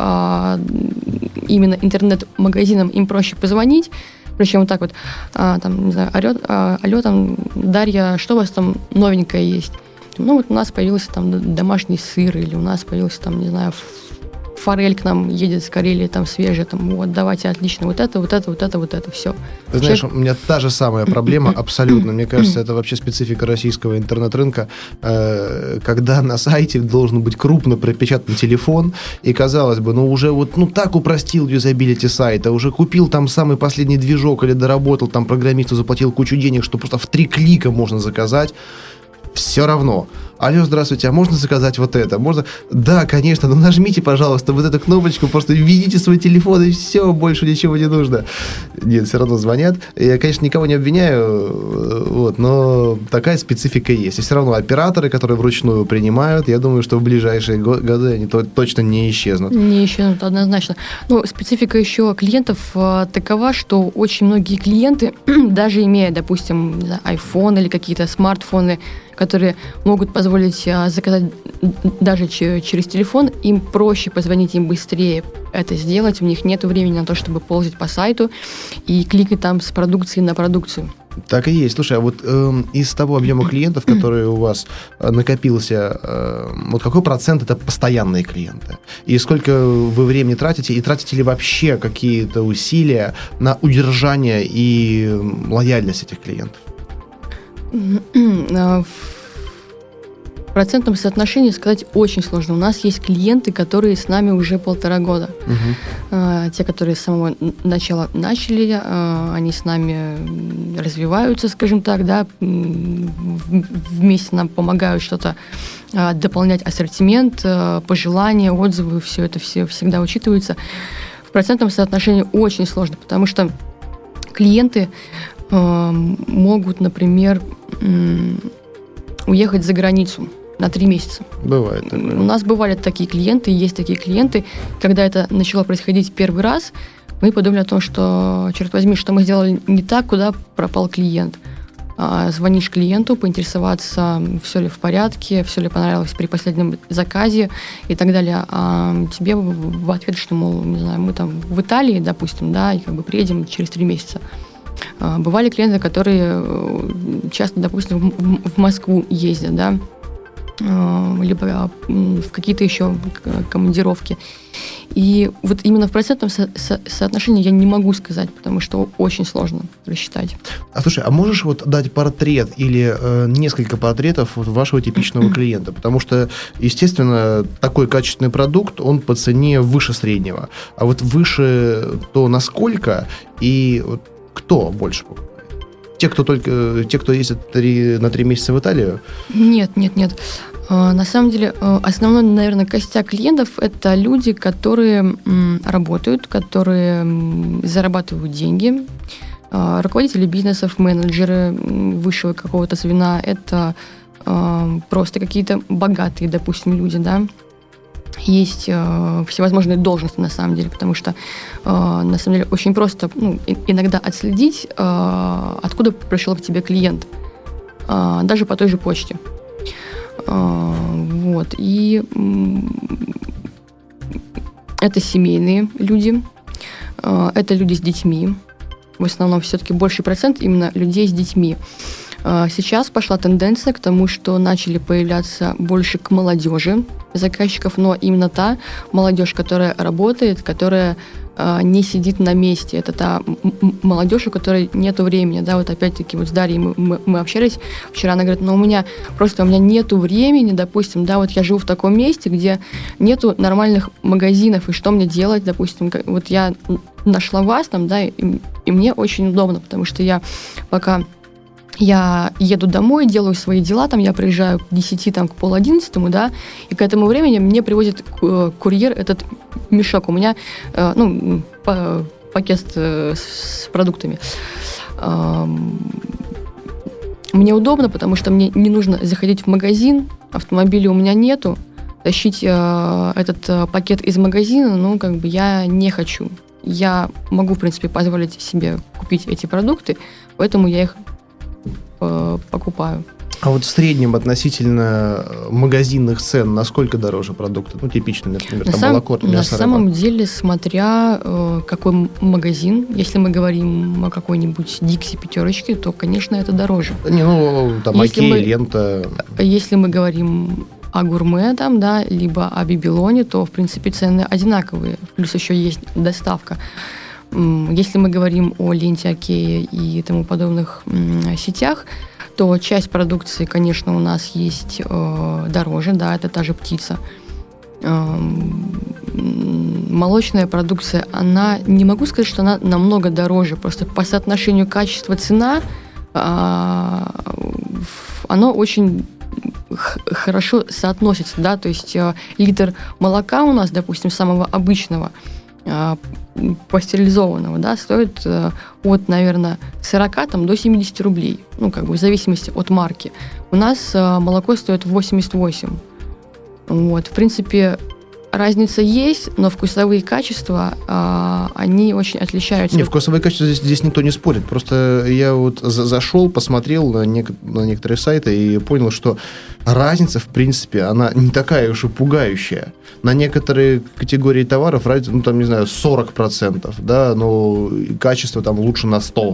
именно интернет-магазином, им проще позвонить. Причем вот так вот, там, не знаю, алло, там, Дарья, что у вас там новенькое есть? Ну, вот у нас появился там домашний сыр, или у нас появился там, не знаю, форель к нам едет с Карелии, там, свежая, там, вот, давайте, отлично, вот это, все. Ты знаешь, у меня та же самая проблема, абсолютно. Мне кажется, это вообще специфика российского интернет-рынка, когда на сайте должен быть крупно пропечатан телефон, и, казалось бы, ну, уже вот, ну, так упростил юзабилити сайта, уже купил там самый последний движок или доработал, там, программисту заплатил кучу денег, что просто в 3 клика можно заказать. Все равно. Алло, здравствуйте, а можно заказать вот это? Можно? Да, конечно, но нажмите, пожалуйста, вот эту кнопочку, просто введите свой телефон, и все, больше ничего не нужно. Нет, все равно звонят. Я, конечно, никого не обвиняю, вот, но такая специфика есть. И все равно операторы, которые вручную принимают, я думаю, что в ближайшие годы они точно не исчезнут. Не исчезнут, однозначно. Ну, специфика еще клиентов такова, что очень многие клиенты, даже имея, допустим, iPhone или какие-то смартфоны, которые могут позволить заказать даже через телефон, им проще позвонить, им быстрее это сделать, у них нет времени на то, чтобы ползать по сайту и кликать там с продукции на продукцию. Так и есть. Слушай, а вот из того объема клиентов, который у вас накопился, вот какой процент это постоянные клиенты? И сколько вы времени тратите? И тратите ли вообще какие-то усилия на удержание и лояльность этих клиентов? В процентном соотношении сказать очень сложно. У нас есть клиенты, которые с нами уже 1,5 года. Те, которые с самого начала начали, они с нами развиваются, скажем так, да, вместе нам помогают что-то дополнять ассортимент, пожелания, отзывы, все это всегда учитывается. В процентном соотношении очень сложно, потому что клиенты могут, например, уехать за границу на 3 месяца. Бывает такое. У нас бывали такие клиенты, есть такие клиенты. Когда это начало происходить первый раз, мы подумали о том, что, черт возьми, что мы сделали не так, куда пропал клиент. Звонишь клиенту, поинтересоваться, все ли в порядке, все ли понравилось при последнем заказе и так далее. А тебе в ответ, что, мол, не знаю, мы там в Италии, допустим, да, и как бы приедем через 3 месяца. Бывали клиенты, которые часто, допустим, в Москву ездят, да, либо в какие-то еще командировки. И вот именно в процентном соотношении я не могу сказать, потому что очень сложно рассчитать. А слушай, а можешь вот дать портрет или несколько портретов вот вашего типичного клиента? Потому что, естественно, такой качественный продукт, он по цене выше среднего. А вот выше то насколько и вот кто больше покупает? Те, кто ездит на 3 месяца в Италию? Нет. На самом деле, основной, наверное, костяк клиентов – это люди, которые работают, которые зарабатывают деньги, руководители бизнесов, менеджеры высшего какого-то звена – это просто какие-то богатые, допустим, люди, да. Есть всевозможные должности, на самом деле, потому что, на самом деле, очень просто иногда отследить, откуда пришел к тебе клиент, даже по той же почте. Вот. И это семейные люди, это люди с детьми. В основном все-таки больший процент именно людей с детьми. Сейчас пошла тенденция к тому, что начали появляться больше к молодежи заказчиков, но именно та молодежь, которая работает, которая не сидит на месте. Это та молодежь, у которой нет времени. Да, вот опять-таки вот с Дарьей мы общались вчера, она говорит, у меня нету времени, допустим, да, вот я живу в таком месте, где нету нормальных магазинов, и что мне делать, допустим, вот я нашла вас там, да, и мне очень удобно, потому что пока я еду домой, делаю свои дела, там я приезжаю к 10, там, к 10:30, да, и к этому времени мне привозит курьер этот мешок. У меня, пакет с продуктами. Мне удобно, потому что мне не нужно заходить в магазин, автомобиля у меня нету, тащить этот пакет из магазина, я не хочу. Я могу, в принципе, позволить себе купить эти продукты, поэтому я их покупаю. А вот в среднем относительно магазинных цен, насколько дороже продукты? Типичный, например, молоко, мясо, рыба. На самом деле, смотря какой магазин, если мы говорим о какой-нибудь Дикси пятерочке, то, конечно, это дороже. Окей, лента. Если мы говорим о гурме, либо о Бибилоне, то, в принципе, цены одинаковые. Плюс еще есть доставка. Если мы говорим о ленте Окея и тому подобных сетях, то часть продукции, конечно, у нас есть дороже, да, это та же птица. Молочная продукция, не могу сказать, что она намного дороже, просто по соотношению качество-цена оно очень хорошо соотносится, да, то есть литр молока у нас, допустим, самого обычного, пастеризованного, да, стоит от, наверное, 40 до 70 рублей, в зависимости от марки. У нас молоко стоит 88. Вот, в принципе, разница есть, но вкусовые качества, они очень отличаются. Вкусовые качества здесь никто не спорит. Просто я вот зашел, посмотрел на некоторые сайты и понял, что разница, в принципе, она не такая уж и пугающая. На некоторые категории товаров разница, 40%, да, но качество там лучше на 100%.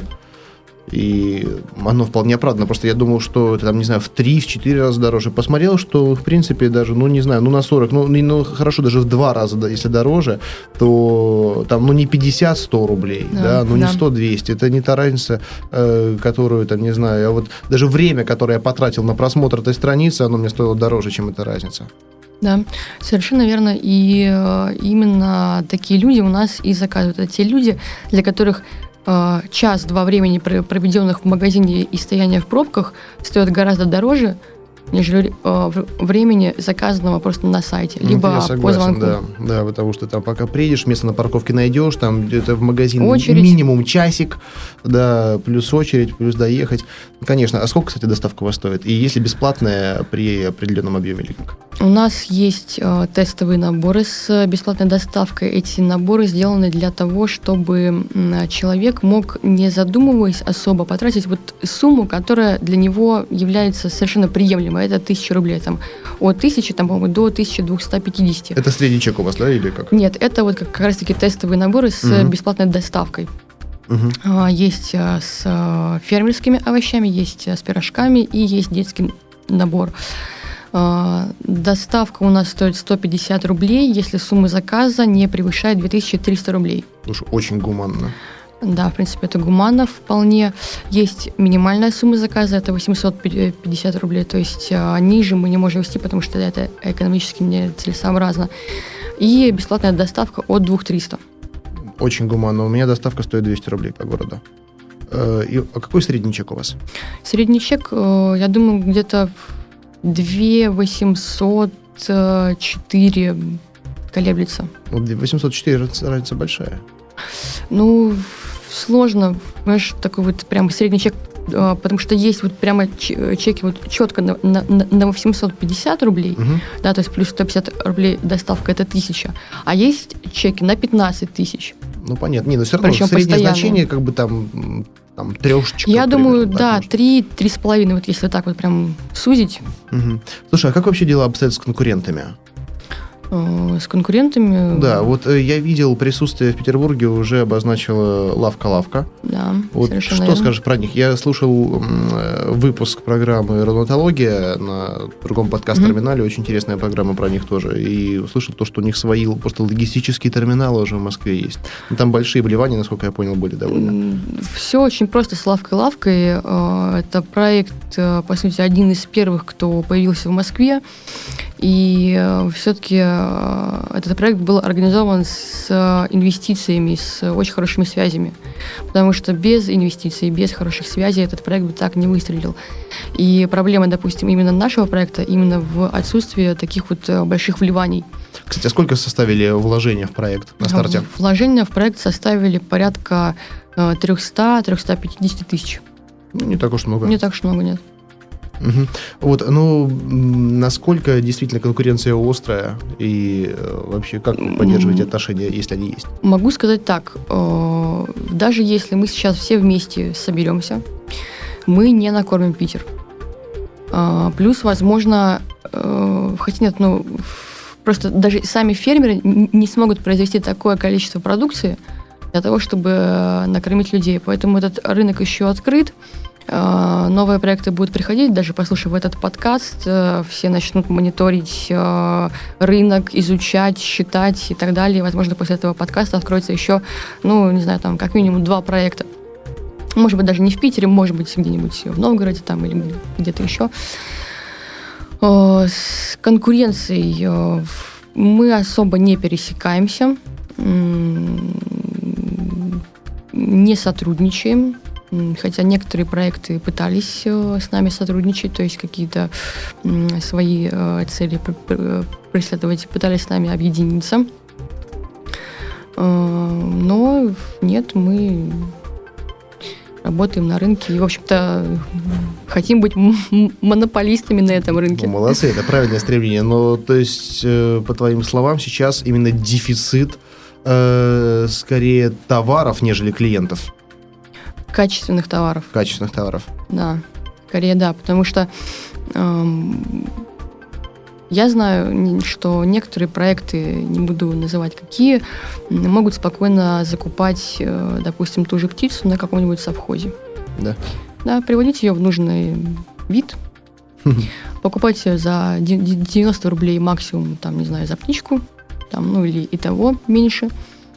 И оно вполне оправдано. Просто я думал, что это, в 3-4 раза дороже. Посмотрел, что, в принципе, даже, на 40, хорошо, даже в 2 раза, если дороже, то там, не 50-100 рублей, да, не 100-200. Это не та разница, которую, а вот даже время, которое я потратил на просмотр этой страницы, оно мне стоило дороже, чем эта разница. Да, совершенно верно. И именно такие люди у нас и заказывают. Это те люди, для которых час-два времени, проведенных в магазине и стояния в пробках, стоит гораздо дороже, нежели времени, заказанного просто на сайте, либо я согласен, по звонку. Да, потому что там пока приедешь, место на парковке найдешь, там где-то в магазин очередь. Минимум часик, да, плюс очередь, плюс доехать. Конечно. А сколько, кстати, доставка у вас стоит? И есть ли бесплатная при определенном объеме или как? У нас есть тестовые наборы с бесплатной доставкой. Эти наборы сделаны для того, чтобы человек мог, не задумываясь особо, потратить сумму, которая для него является совершенно приемлемой. Это 1000 рублей. От 1000, по-моему, до 1250. Это средний чек у вас, да, или как? Нет, это как раз-таки тестовые наборы с бесплатной доставкой. Есть с фермерскими овощами, есть с пирожками и есть детский набор. Доставка у нас стоит 150 рублей, если сумма заказа не превышает 2300 рублей. Уж очень гуманно. Да, в принципе, это гуманно вполне. Есть минимальная сумма заказа, это 850 рублей, то есть ниже мы не можем вести, потому что это экономически нецелесообразно. И бесплатная доставка от 2300. Очень гуманно. У меня доставка стоит 200 рублей по городу. А какой средний чек у вас? Средний чек, я думаю, где-то 2800, 4 колеблется. 804 разница большая. Ну, сложно, понимаешь, такой вот прям средний чек, потому что есть вот прямо чеки вот четко на 850 рублей, да, то есть плюс 150 рублей доставка, это 1000, а есть чеки на 15 тысяч. Ну, понятно. Не, но все равно причем среднее постоянно. Значение как бы там трешечка. Я думаю, да, 3-3,5, вот если так вот прям сузить. Угу. Слушай, а как вообще дела обстоят с конкурентами? С конкурентами? Да, вот я видел присутствие в Петербурге, уже обозначила лавка-лавка. Да, вот совершенно что верно. Скажешь про них? Я слушал выпуск программы «Ронатология» на другом подкаст-терминале, очень интересная программа про них тоже, и услышал то, что у них свои просто логистические терминалы уже в Москве есть. Но там большие вливания, насколько я понял, были довольно. Все очень просто с лавкой-лавкой. Это проект, по сути, один из первых, кто появился в Москве. И все-таки этот проект был организован с инвестициями, с очень хорошими связями. Потому что без инвестиций, без хороших связей этот проект бы так не выстрелил. И проблема, допустим, именно нашего проекта, именно в отсутствии таких вот больших вливаний. Кстати, а сколько составили вложения в проект на старте? Вложения в проект составили порядка 300-350 тысяч. Не так уж много. Не так уж много, нет. Угу. Вот, ну, насколько действительно конкуренция острая и вообще как вы поддерживаете отношения, если они есть? Могу сказать так, даже если мы сейчас все вместе соберемся, мы не накормим Питер. Плюс, возможно, хотя нет, ну, просто даже сами фермеры не смогут произвести такое количество продукции для того, чтобы накормить людей. Поэтому этот рынок еще открыт. Новые проекты будут приходить, даже послушав этот подкаст, все начнут мониторить рынок, изучать, считать и так далее. Возможно, после этого подкаста откроется еще, ну, не знаю, там, как минимум 2 проекта. Может быть, даже не в Питере, может быть, где-нибудь в Новгороде там, или где-то еще. С конкуренцией мы особо не пересекаемся, не сотрудничаем. Хотя некоторые проекты пытались с нами сотрудничать, то есть какие-то свои цели преследовать, пытались с нами объединиться. Но нет, мы работаем на рынке и, в общем-то, хотим быть монополистами на этом рынке. Ну, молодцы, это правильное стремление. Но, то есть, по твоим словам, сейчас именно дефицит скорее товаров, нежели клиентов. Качественных товаров. Качественных товаров. Да, скорее да, потому что я знаю, что некоторые проекты, не буду называть какие, могут спокойно закупать, допустим, ту же птицу на каком-нибудь совхозе. Да. Да, приводить ее в нужный вид, покупать ее за 90 рублей максимум, там, не знаю, за птичку, там, ну или и того меньше,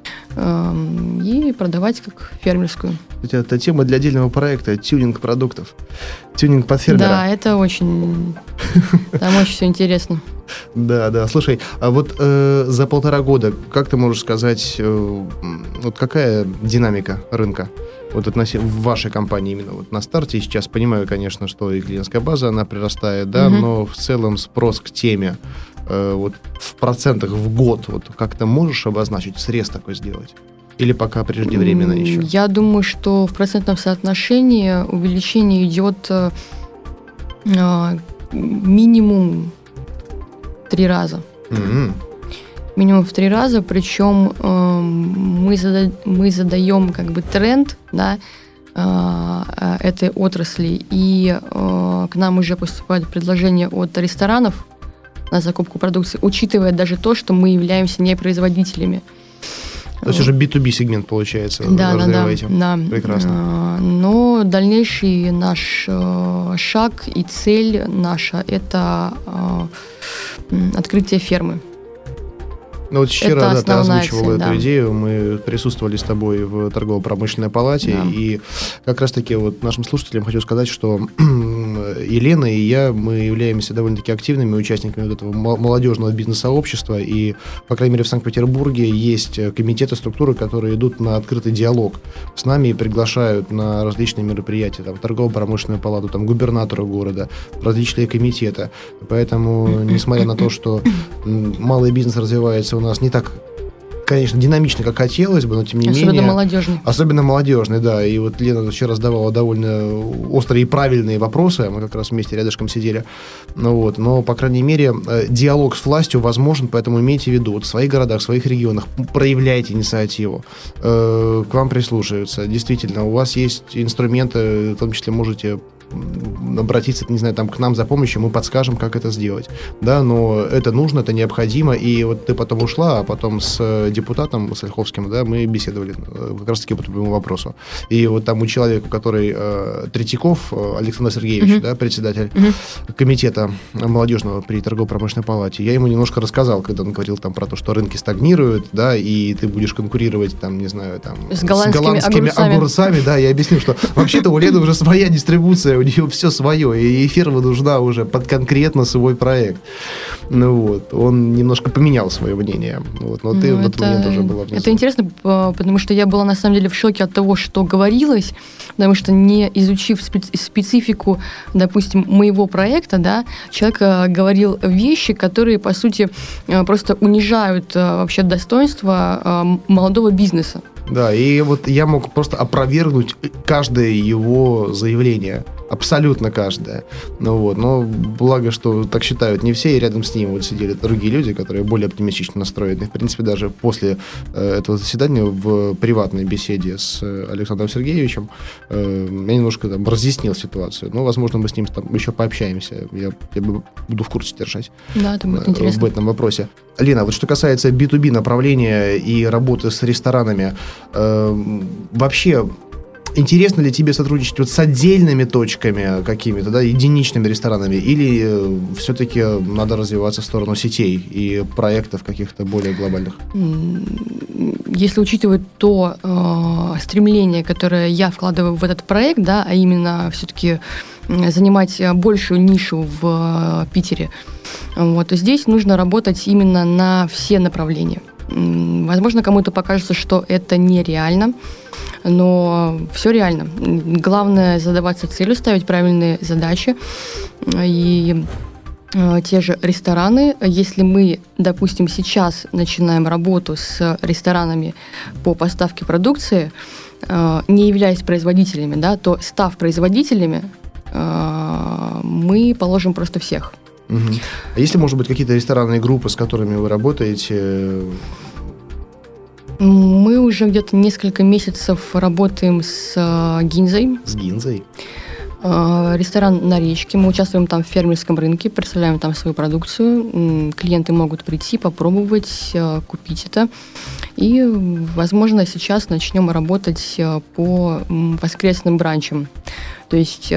и продавать как фермерскую. Это тема для отдельного проекта, тюнинг продуктов, тюнинг под фермера. Да, это очень, там очень все интересно. Да. Слушай, а вот за 1,5 года, как ты можешь сказать, вот какая динамика рынка? Вот в вашей компании именно вот на старте, и сейчас понимаю, конечно, что и клиентская база, она прирастает, да, но в целом спрос к теме вот в процентах в год, вот как ты можешь обозначить, срез такой сделать? Или пока преждевременно еще? Я думаю, что в процентном соотношении увеличение идет минимум 3 раза. Минимум в 3 раза, причем мы задаем как бы тренд, да, этой отрасли, и к нам уже поступают предложения от ресторанов на закупку продукции, учитывая даже то, что мы являемся не производителями. То есть уже B2B сегмент получается. Да. Прекрасно. Но дальнейший наш шаг и цель наша – это открытие фермы. Ну вот вчера ты озвучивал цель, эту идею, мы присутствовали с тобой в торгово-промышленной палате, и как раз-таки вот нашим слушателям хочу сказать, что Елена и я, мы являемся довольно-таки активными участниками вот этого молодежного бизнес-сообщества, и, по крайней мере, в Санкт-Петербурге есть комитеты, структуры, которые идут на открытый диалог с нами и приглашают на различные мероприятия, там, торгово-промышленную палату, там, губернатора города, различные комитеты. Поэтому, несмотря на то, что малый бизнес развивается у нас не так, конечно, динамично, как хотелось бы, но тем не менее... Особенно молодежный, да. И вот Лена вчера задавала довольно острые и правильные вопросы, мы как раз вместе рядышком сидели. Но, по крайней мере, диалог с властью возможен, поэтому имейте в виду, вот в своих городах, в своих регионах проявляйте инициативу, к вам прислушиваются. Действительно, у вас есть инструменты, в том числе можете обратиться, не знаю, там, к нам за помощью, мы подскажем, как это сделать. Да, но это нужно, это необходимо. И вот ты потом ушла, а потом с депутатом Сальховским, да, мы беседовали как раз-таки по этому вопросу. И вот там у человека, который Третьяков Александр Сергеевич, да, председатель комитета молодежного при торгово-промышленной палате, я ему немножко рассказал, когда он говорил там про то, что рынки стагнируют, да, и ты будешь конкурировать, там, не знаю, там, с голландскими огурцами, да, я объяснил, что вообще-то у Лены уже своя дистрибуция, у нее все свое, и фирма нужна уже под конкретно свой проект. Он немножко поменял свое мнение. Но ты в этот момент уже была внизу. Это интересно, потому что я была на самом деле в шоке от того, что говорилось, потому что не изучив специфику, допустим, моего проекта, да, человек говорил вещи, которые, по сути, просто унижают вообще достоинство молодого бизнеса. Да, и вот я мог просто опровергнуть каждое его заявление. Абсолютно каждое. Но благо, что так считают не все, и рядом с ним вот сидели другие люди, которые более оптимистично настроены. В принципе, даже после этого заседания в приватной беседе с Александром Сергеевичем я немножко там разъяснил ситуацию. Возможно, мы с ним там еще пообщаемся. Я буду в курсе держать. Да, это будет интересно. В этом вопросе. Лена, вот что касается B2B направления и работы с ресторанами, вообще... Интересно ли тебе сотрудничать вот с отдельными точками какими-то, да, единичными ресторанами, или все-таки надо развиваться в сторону сетей и проектов каких-то более глобальных? Если учитывать то стремление, которое я вкладываю в этот проект, да, а именно все-таки занимать большую нишу в Питере, то здесь нужно работать именно на все направления. Возможно, кому-то покажется, что это нереально, но все реально. Главное задаваться целью, ставить правильные задачи. И те же рестораны, если мы, допустим, сейчас начинаем работу с ресторанами по поставке продукции, не являясь производителями, да, то, став производителями, мы положим просто всех. А есть ли, может быть, какие-то ресторанные группы, с которыми вы работаете? Мы уже где-то несколько месяцев работаем с Гинзой. С Гинзой? Ресторан на Речке. Мы участвуем там в фермерском рынке, представляем там свою продукцию. Клиенты могут прийти, попробовать, купить это. И, возможно, сейчас начнем работать по воскресным бранчам. То есть...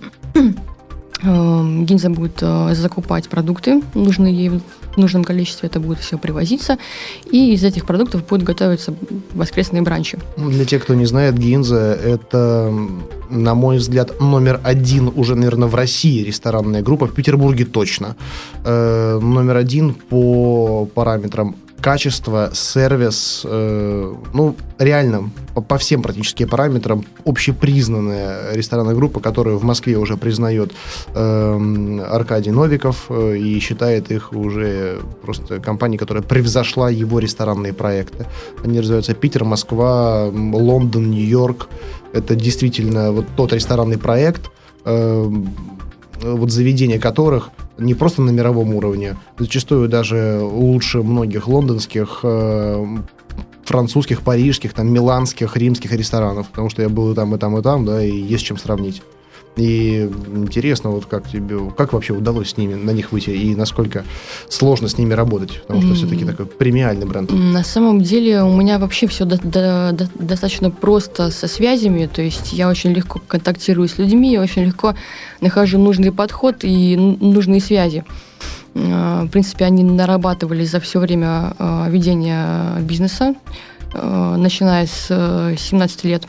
Гинза будет закупать продукты, нужные ей в нужном количестве, это будет все привозиться, и из этих продуктов будут готовиться воскресные бранчи. Для тех, кто не знает, Гинза – это, на мой взгляд, номер один уже, наверное, в России ресторанная группа, в Петербурге точно. Номер один по параметрам качество, сервис, реально по всем практически параметрам общепризнанная ресторанная группа, которую в Москве уже признает Аркадий Новиков и считает их уже просто компанией, которая превзошла его ресторанные проекты. Они развиваются: Питер, Москва, Лондон, Нью-Йорк. Это действительно вот тот ресторанный проект, вот заведения которых не просто на мировом уровне, зачастую даже лучше многих лондонских, французских, парижских, там, миланских, римских ресторанов, потому что я был и там, да, и есть чем сравнить. И интересно, вот как вообще удалось на них выйти, и насколько сложно с ними работать, потому что все-таки такой премиальный бренд. На самом деле у меня вообще все достаточно просто со связями, то есть я очень легко контактирую с людьми, я очень легко нахожу нужный подход и нужные связи. В принципе, они нарабатывались за все время ведения бизнеса, начиная с 17 лет.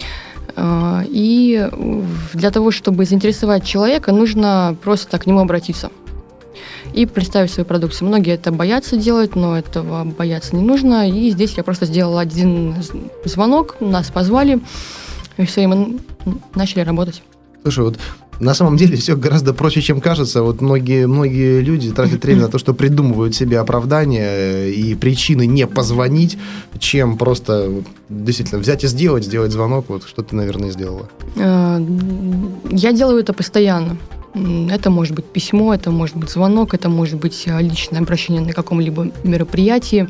И для того, чтобы заинтересовать человека, нужно просто к нему обратиться и представить свою продукцию. Многие это боятся делать, но этого бояться не нужно. И здесь я просто сделала один звонок, нас позвали, и все, и мы начали работать. Слушай, вот на самом деле все гораздо проще, чем кажется. Вот многие люди тратят время на то, что придумывают себе оправдания и причины не позвонить, чем просто действительно взять и сделать звонок, вот что ты, наверное, сделала. Я делаю это постоянно. Это может быть письмо, это может быть звонок, это может быть личное обращение на каком-либо мероприятии.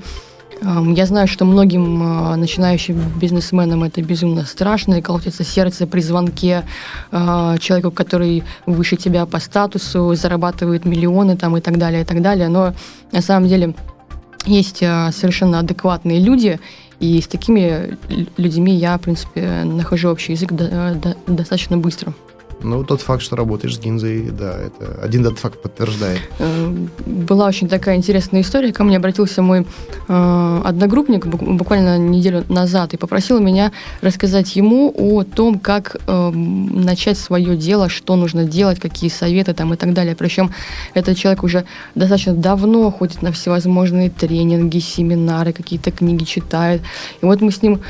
Я знаю, что многим начинающим бизнесменам это безумно страшно, и колотится сердце при звонке человеку, который выше тебя по статусу, зарабатывает миллионы там, и так далее, и так далее. Но на самом деле есть совершенно адекватные люди, и с такими людьми я, в принципе, нахожу общий язык достаточно быстро. Ну, тот факт, что работаешь с Гинзой, да, это один этот факт подтверждает. Была очень такая интересная история. Ко мне обратился мой одногруппник буквально неделю назад и попросил меня рассказать ему о том, как начать свое дело, что нужно делать, какие советы там и так далее. Причем этот человек уже достаточно давно ходит на всевозможные тренинги, семинары, какие-то книги читает. И вот мы с ним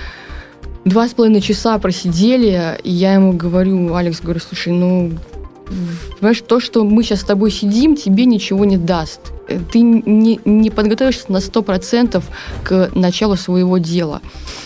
2,5 часа просидели, и я ему говорю, Алекс, слушай, понимаешь, то, что мы сейчас с тобой сидим, тебе ничего не даст. Ты не подготовишься на 100% к началу своего дела.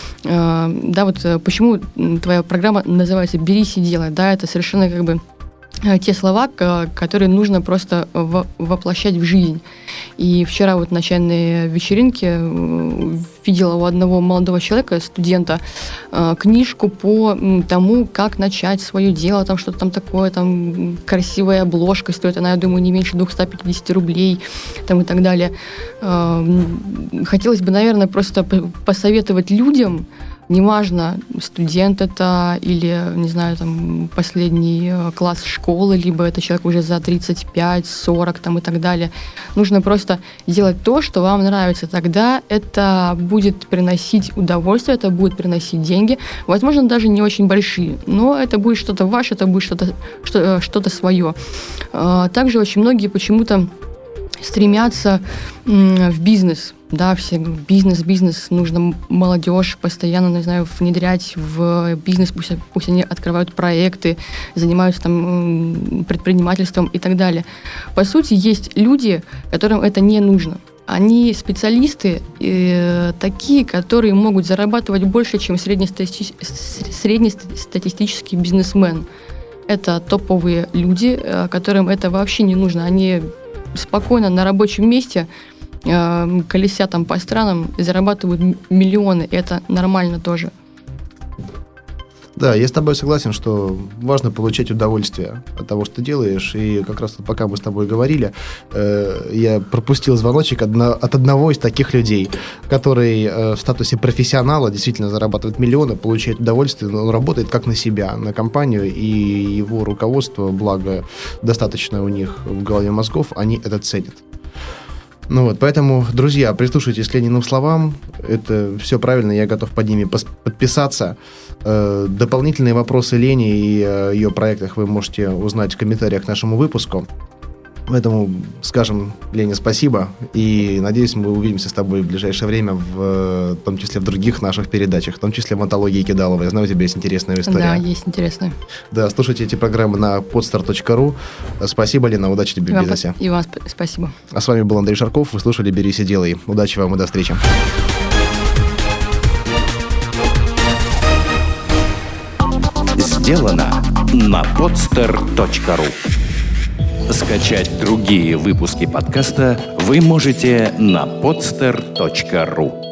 Да, вот почему твоя программа называется «Берись и делай», да, это совершенно как бы те слова, которые нужно просто воплощать в жизнь. И вчера вот на чайной вечеринке видела у одного молодого человека, студента, книжку по тому, как начать свое дело, там что-то там такое, там красивая обложка стоит, она, я думаю, не меньше 250 рублей, там и так далее. Хотелось бы, наверное, просто посоветовать людям, неважно, студент это или, не знаю, там, последний класс школы, либо это человек уже за 35, 40 там, и так далее. Нужно просто делать то, что вам нравится. Тогда это будет приносить удовольствие, это будет приносить деньги. Возможно, даже не очень большие, но это будет что-то ваше, это будет что-то свое. Также очень многие почему-то стремятся в бизнес. Да, все бизнес, нужно молодежь постоянно, не знаю, внедрять в бизнес, пусть они открывают проекты, занимаются там предпринимательством и так далее. По сути, есть люди, которым это не нужно. Они специалисты такие, которые могут зарабатывать больше, чем среднестатистический бизнесмен. Это топовые люди, которым это вообще не нужно. Они спокойно на рабочем месте колесят там по странам и зарабатывают миллионы. И это нормально тоже. Да, я с тобой согласен, что важно получать удовольствие от того, что ты делаешь. И как раз пока мы с тобой говорили, я пропустил звоночек от одного из таких людей, который в статусе профессионала действительно зарабатывает миллионы, получает удовольствие, но он работает как на себя, на компанию, и его руководство, благо достаточно у них в голове мозгов, они это ценят. Ну вот, поэтому, друзья, прислушайтесь к Лениным словам. Это все правильно, я готов под ними подписаться. Дополнительные вопросы Лени и ее проектах вы можете узнать в комментариях к нашему выпуску. Поэтому скажем Лене спасибо. И надеюсь, мы увидимся с тобой в ближайшее время, в том числе в других наших передачах, в том числе в антологии Кидалова. Я знаю, у тебя есть интересная история. Да, есть интересная. Да, слушайте эти программы на podstar.ru. Спасибо, Лена, удачи тебе в бизнесе. И вам спасибо. А с вами был Андрей Шарков. Вы слушали «Берись и делай». Удачи вам и до встречи. Сделано на podstar.ru. Скачать другие выпуски подкаста вы можете на podstar.ru.